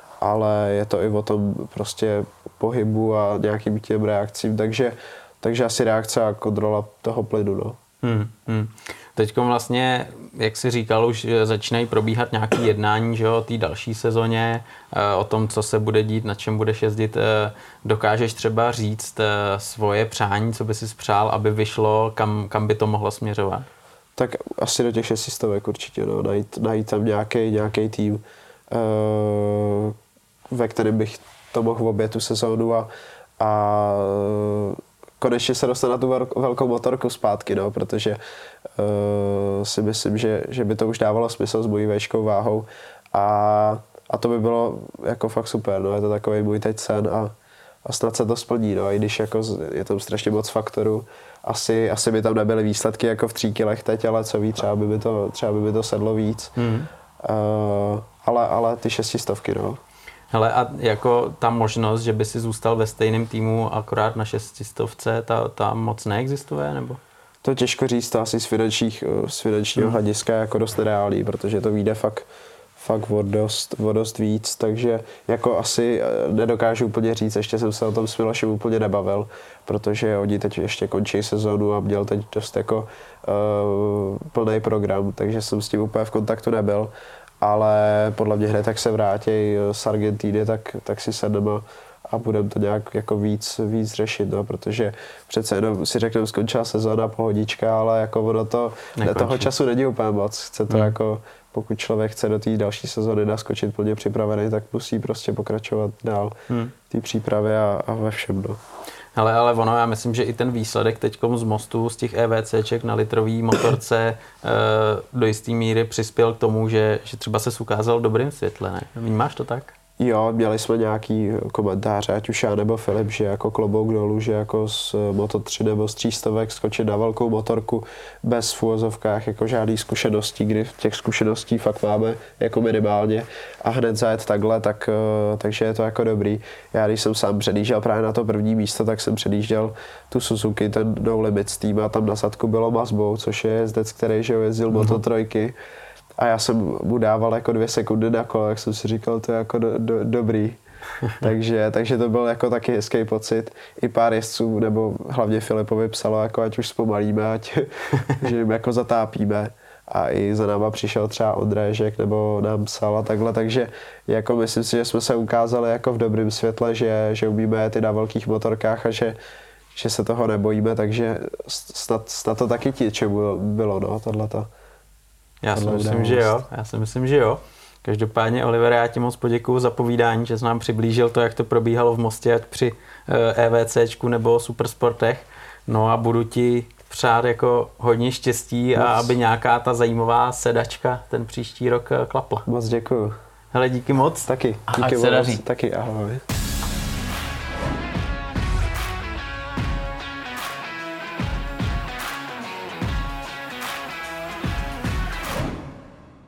ale je to i o tom prostě pohybu a nějakým těm reakcím, takže, takže asi reakce a kontrola toho plynu, no. Hmm, hmm. Teďko vlastně, jak jsi říkal, už začínají probíhat nějaké jednání, že jo, té další sezóně, o tom, co se bude dít, na čem budeš jezdit. Dokážeš třeba říct svoje přání, co by si přál, aby vyšlo, kam, kam by to mohlo směřovat? Tak asi do těch šestistovek určitě, no, najít, najít tam nějaký, nějaký tým, ve kterém bych to mohl obět tu sezónu a, a konečně se dostat na tu velkou motorku zpátky, no, protože uh, si myslím, že, že by to už dávalo smysl s mojí véčkou váhou a, a to by bylo jako fakt super, no, je to takový můj teď sen a, a snad se to splní, no, i když jako je tam strašně moc faktorů. Asi, asi by tam nebyly výsledky jako v tří kilech teď, ale co ví, třeba by, by, to, třeba by, by to sedlo víc. Mm. Uh, ale, ale ty šestistovky, no. Hele, a jako ta možnost, že by si zůstal ve stejném týmu akorát na šestistovce, ta, ta moc neexistuje, nebo? To těžko říct, to asi z, finančních, z finančního hmm. hlediska jako dost nereálný, protože to vyjde fakt, fakt o, dost, o dost víc, takže jako asi nedokážu úplně říct, ještě jsem se o tom s Milošem úplně nebavil, protože oni teď ještě končí sezónu a měl teď dost jako uh, plný program, takže jsem s tím úplně v kontaktu nebyl, ale podle mě hned, jak se vrátí z Argentíny, tak, tak si sedneme a budeme to nějak jako víc, víc řešit, no, protože přece jenom si řekneme, skončila sezóna, pohodička, ale jako ono to, toho času není úplně moc. Chce to hmm. jako, pokud člověk chce do té další sezóny naskočit plně připravený, tak musí prostě pokračovat dál hmm. v té přípravě a, a ve všem, no. Ale, ale ono, já myslím, že i ten výsledek teďkom z Mostu, z těch EVCček na litrový motorce e, do jisté míry přispěl k tomu, že, že třeba se ukázal v dobrým světle, ne? Vnímáš to tak? Jo, měli jsme nějaký komentáře, ať už já nebo Filip, že jako klobouk dolů, že jako z Moto tři nebo z třístovek skočit na velkou motorku bez v uvozovkách jako žádný zkušeností, kdy těch zkušeností fakt máme jako minimálně a hned zajet takhle, tak, takže je to jako dobrý. Já když jsem sám předjížděl právě na to první místo, tak jsem předjížděl tu Suzuki, ten No Limits tým a tam na zadku bylo Mazbo, což je jezdec, který že jezdil mm-hmm. Moto trojky. A já jsem mu dával jako dvě sekundy na kolo, jak jsem si říkal, to je jako do, do, dobrý. takže, takže to byl jako taky hezký pocit. I pár jezdců, nebo hlavně Filipovi psalo, jako ať už zpomalíme, ať, že jim jako zatápíme. A i za náma přišel třeba Ondřejek, nebo nám psal a takhle, takže jako myslím si, že jsme se ukázali jako v dobrém světle, že, že umíme ty na velkých motorkách a že, že se toho nebojíme, takže snad, snad to taky ti, čemu bylo, no, tohleto. Já si myslím, že jo. Já si myslím, že jo. Každopádně, Oliver, já ti moc poděkuju za povídání, že jsi nám přiblížil to, jak to probíhalo v Mostě, ať při EVCčku nebo Supersportech. No a budu ti přát jako hodně štěstí moc. A aby nějaká ta zajímavá sedačka ten příští rok klapla. Moc děkuju. Hele, díky moc. Taky. Díky moc. Taky, ahoj.